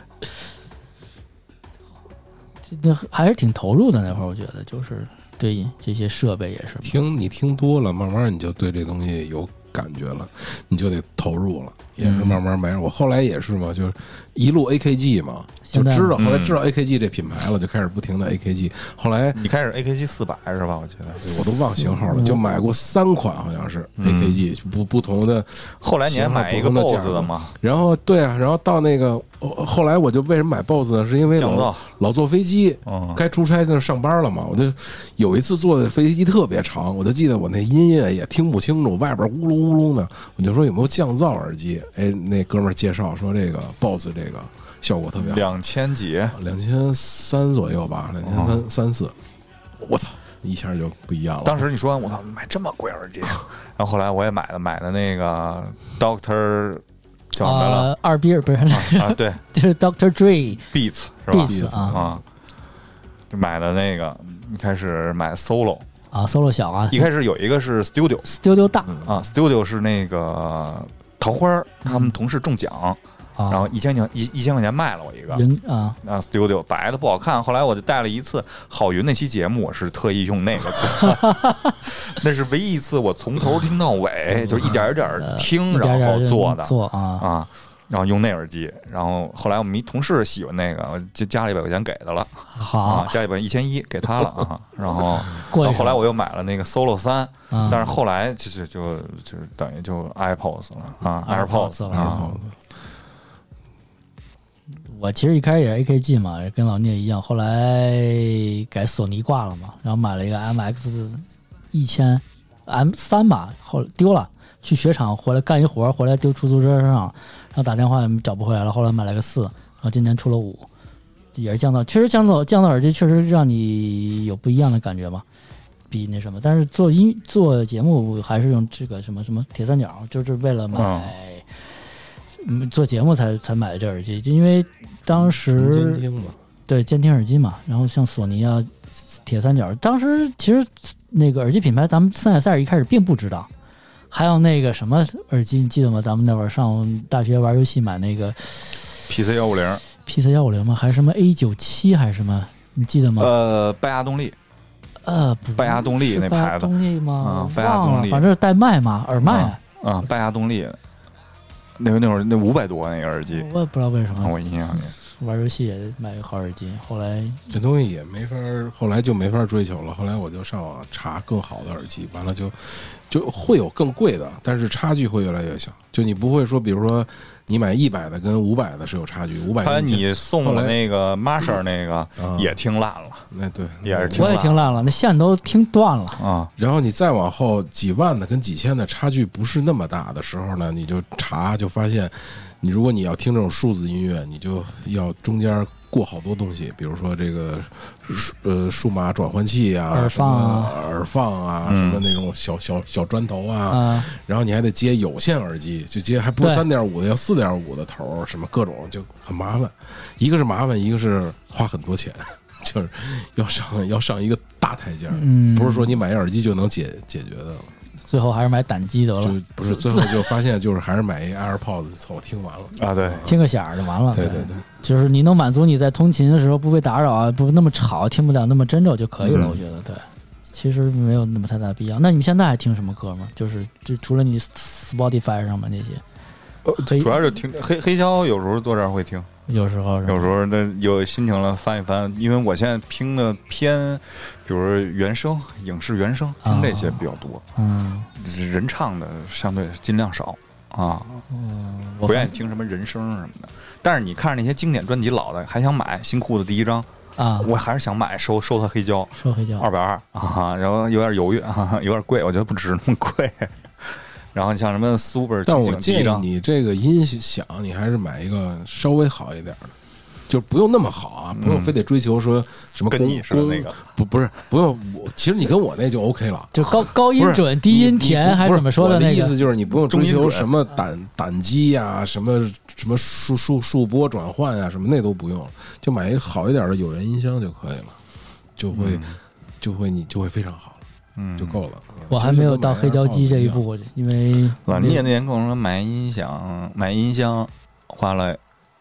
那还是挺投入的，那会儿我觉得就是对这些设备也是你听多了，慢慢你就对这东西有感觉了，你就得投入了，也是慢慢买。我后来也是嘛，就是一路 AKG 嘛，就知道后来知道 AKG 这品牌了，就开始不停的 AKG。后来你开始 AKG 400是吧？我记得我都忘型号了，就买过3款，好像是 AKG 不同的。 后来你还买一个 BOSS 的吗？ 然后对啊，然后到那个后来我就为什么买 BOSS 呢？是因为老坐飞机，该出差就上班了嘛。我就有一次坐的飞机特别长，我就记得我那音乐也听不清楚，外边乌隆乌隆的，我就说有没有降噪耳机？哎，那哥们儿介绍说这个 BOSS 这个效果特别好 ，2000几 ，2300左右吧，2300-24，我操，一下就不一样了。 当时你说我操，买这么贵耳机，然后后来我也买的那个 Doctor 叫什么来了 ？2 比不是对， 就是 Dr. Dre Beats 是吧 ？Beats 就买的那个，一开始买 Solo。 Solo 小啊， 一开始有一个是 Studio 大 Studio 是那个桃花他们同事中奖，然后1000块钱卖了我一个Studio 白的不好看，后来我就带了一次郝云那期节目，我是特意用那个做那是唯一一次我从头听到尾，就是一点一点听然后做的然后用那耳机，然后后来我们一同事喜欢那个，我就加了100块钱给他了， 好， 加1100给他了啊，然后后来我又买了那个 Solo 3，但是后来就是等于就 AirPods 了啊 ，AirPods 了。 我其实一开始也是 AKG 嘛，跟老聂一样，后来改索尼挂了嘛，然后买了一个 MX1000 M3吧，后来丢了，去雪场回来干一活，回来丢出租车上，然后打电话也找不回来了，后来买了个4，然后今年出了5，也是确实降噪耳机确实让你有不一样的感觉嘛，比那什么，但是做节目还是用这个什么铁三角，就是为了买。做节目才买的这耳机，就因为当时监听嘛， 对监听耳机嘛，然后像索尼啊、铁三角，当时其实那个耳机品牌咱们森海塞尔一开始并不知道，还有那个什么耳机你记得吗？咱们那会儿上大学玩游戏买那个 PC150吗？还是什么 A97 还是什么？你记得吗？ 拜亚动力。 拜亚动力那牌子。 动力吗？ 拜亚动力， 反正是带麦嘛，耳麦。 拜亚动力。那会儿那500多那个耳机， 我也不知道为什么。 我印象里玩游戏也买个好耳机，后来这东西也没法，后来就没法追求了。后来我就上网查更好的耳机，完了就会有更贵的，但是差距会越来越小。就你不会说，比如说你买100的跟500的是有差距，500。 后来你送的那个 Marshall 那个也听烂了， 那对， 也是听烂了， 我也听烂了，那线都听断了啊。 然后你再往后几万的跟几千的差距不是那么大的时候呢，你就查就发现，如果你要听这种数字音乐，你就要中间过好多东西，比如说这个数码转换器啊，耳放啊，什么那种小砖头啊，然后你还得接有线耳机，就接还不是3.5的，要4.5的头，什么各种就很麻烦。一个是麻烦，一个是花很多钱，就是要上一个大台阶，不是说你买一耳机就能解决的了。 最后还是买胆机得了， 就不是最后就发现就是还是买一 AirPods 凑听完了啊，对， 听个响就完了。 对， 就是你能满足你在通勤的时候不被打扰啊，不那么吵，听不了那么真着就可以了。我觉得对，其实没有那么太大必要。那你们现在还听什么歌吗？就除了你 Spotify 上面那些， 主要是听黑胶，有时候坐这儿会听。 有时候那有心情了翻一翻，因为我现在听的偏，比如原声、影视原声，听这些比较多。人唱的相对尽量少啊。我不愿意听什么人声什么的。但是你看着那些经典专辑老的，还想买新裤子第1张啊， 我还是想买收它黑胶，220啊，然后有点犹豫啊，有点贵，我觉得不值那么贵。然后像什么 Super， 但我建议你这个音响，你还是买一个稍微好一点的，就不用那么好啊，不用非得追求说什么跟你似的那个， 不是不用。其实你跟我那就 OK 了， 就高音准，低音甜，还是怎么说的？ 那个意思就是你不用追求什么胆机呀，什么数波转换啊，什么那都不用，就买一个好一点的有源音箱就可以了，就会非常好。就够了。 我还没有到黑胶机这一步，因为你也那天跟我说买音箱花了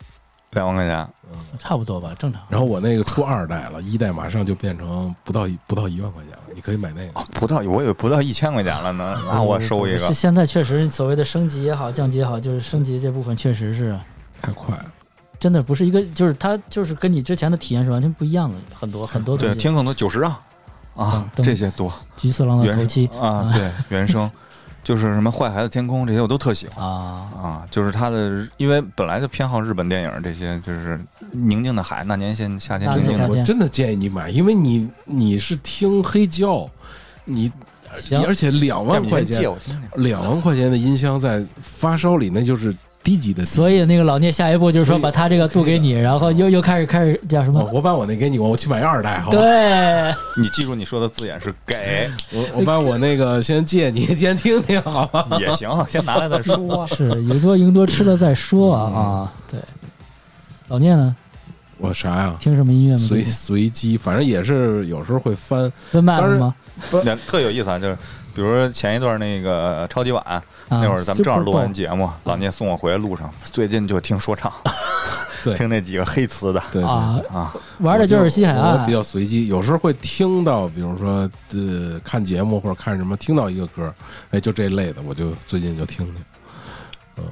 2万块钱， 差不多吧，正常。 然后我那个出2代了，1代马上就变成不到1万块钱了，你可以买那个。 我以为不到1000块钱了呢，那我收一个。 现在确实所谓的升级也好，降级也好，就是升级这部分确实是太快了。 真的不是一个，就是它就是跟你之前的体验是完全不一样的，很多东西。 对，听更多90让。这些多菊次郎的头七啊，对，原声就是什么坏孩子天空这些我都特喜欢啊， 就是他的，因为本来就偏好日本电影这些，就是宁静的海，那年夏天静静的。 我真的建议你买，因为你是听黑胶，而且2万块钱，2万块钱的音箱在发烧里那就是低级的。 所以那个老聂下一步就是说把他这个度给你，然后又开始叫什么？ 我把我那给你，我去买2代，好吧？ 对， 你记住你说的字眼是给我把我那个先借你，先听听，好吧？ 也行，先拿来再说。 是赢多吃了再说啊。对，老聂呢？ 我啥呀？ 听什么音乐吗？ 随机，反正也是有时候会翻。 分麦子吗？ 特有意思啊，就是比如说前一段那个超级碗那会儿，咱们正好录完节目，老聂送我回来路上，最近就听说唱， 对， 听那几个黑词的， 对玩的就是西海岸， 比较随机，有时候会听到，比如说看节目或者看什么，听到一个歌，哎，就这类的，我就最近就听听，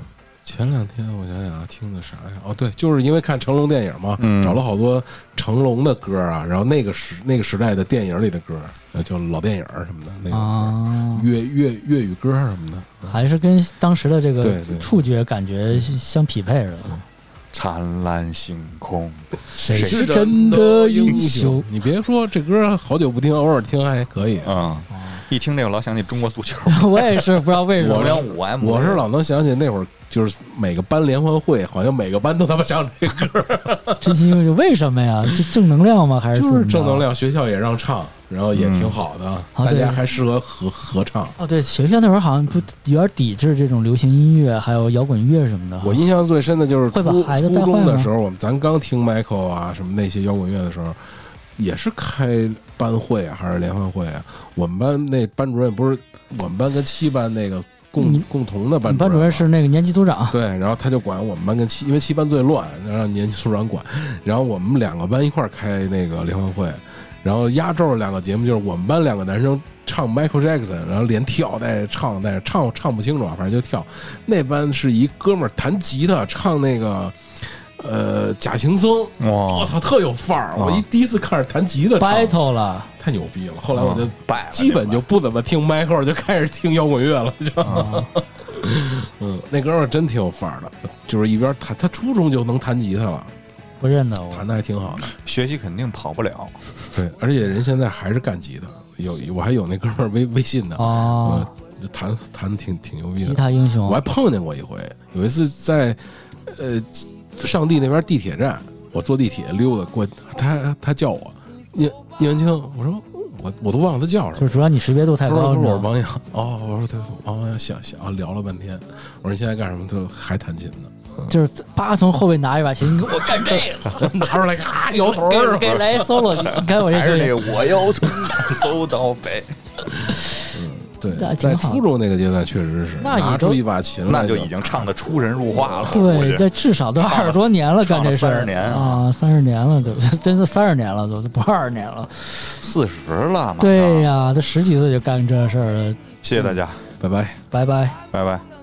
前两天我想想啊，听的啥呀？哦，对，就是因为看成龙电影嘛，找了好多成龙的歌啊，然后那个时代的电影里的歌，就老电影什么的那种粤语歌什么的， 还是跟当时的这个对触觉感觉相匹配似的。 灿烂星空， 谁是真的英雄？ 你别说这歌好久不听，偶尔听还可以啊。一听这个老想起中国足球， 我也是不知道为什么。 我是老能想起那会儿，就是每个班联欢会，好像每个班都他妈唱这歌。 真心英雄为什么呀？这正能量吗？还是就是正能量？学校也让唱，然后也挺好的，大家还适合合唱。 哦，对，学校那会儿好像不有点抵制这种流行音乐，还有摇滚乐什么的。 我印象最深的就是初中的时候，咱刚听 Michael 啊什么那些摇滚乐的时候。也是开班会啊，还是联欢会啊？我们班那班主任不是我们班跟7班那个共同的班主任， 班主任是那个年级组长。 对，然后他就管我们班跟因为7班最乱，让年级组长管。然后我们2个班一块开那个联欢会，然后压轴的2个节目就是我们班2个男生唱 Michael Jackson， 然后连跳带唱不清楚啊，反正就跳。那班是一哥们儿弹吉他唱那个。假行僧，我操，特有范儿！我第一次看着弹吉他 battle 了， 太牛逼了。后来我就基本就不怎么听Michael，就开始听摇滚乐了，你知道吗？那哥们儿真挺有范儿的，就是一边弹，他初中就能弹吉他了， 不认得我， 弹的还挺好的， 学习肯定跑不了。 对，而且人现在还是干吉他，我还有那哥们儿微信的弹的挺牛逼的， 吉他英雄。 我还碰见过一回，有一次在上地那边地铁站，我坐地铁溜达过，他叫我聂文清，我说我都忘了他叫什么， 就是主要你识别度太高。 我说王阳，我说对，王阳想聊了半天，我说你现在干什么？他还弹琴呢， 就是从后背拿一把琴，你给我干这个，拿出来啊，摇头， 给来 solo， 你看我这还是那个我要从走到北。 对，在初中那个阶段确实是拿出一把琴来， 那就已经唱的出神入化了。 对，这至少都20多年了，干这事儿 30年啊，30年了，都真是30年了，都不20年了 ，40了嘛。 对呀，都10几岁就干这事儿了。 谢谢大家， 拜拜， 拜拜， 拜拜。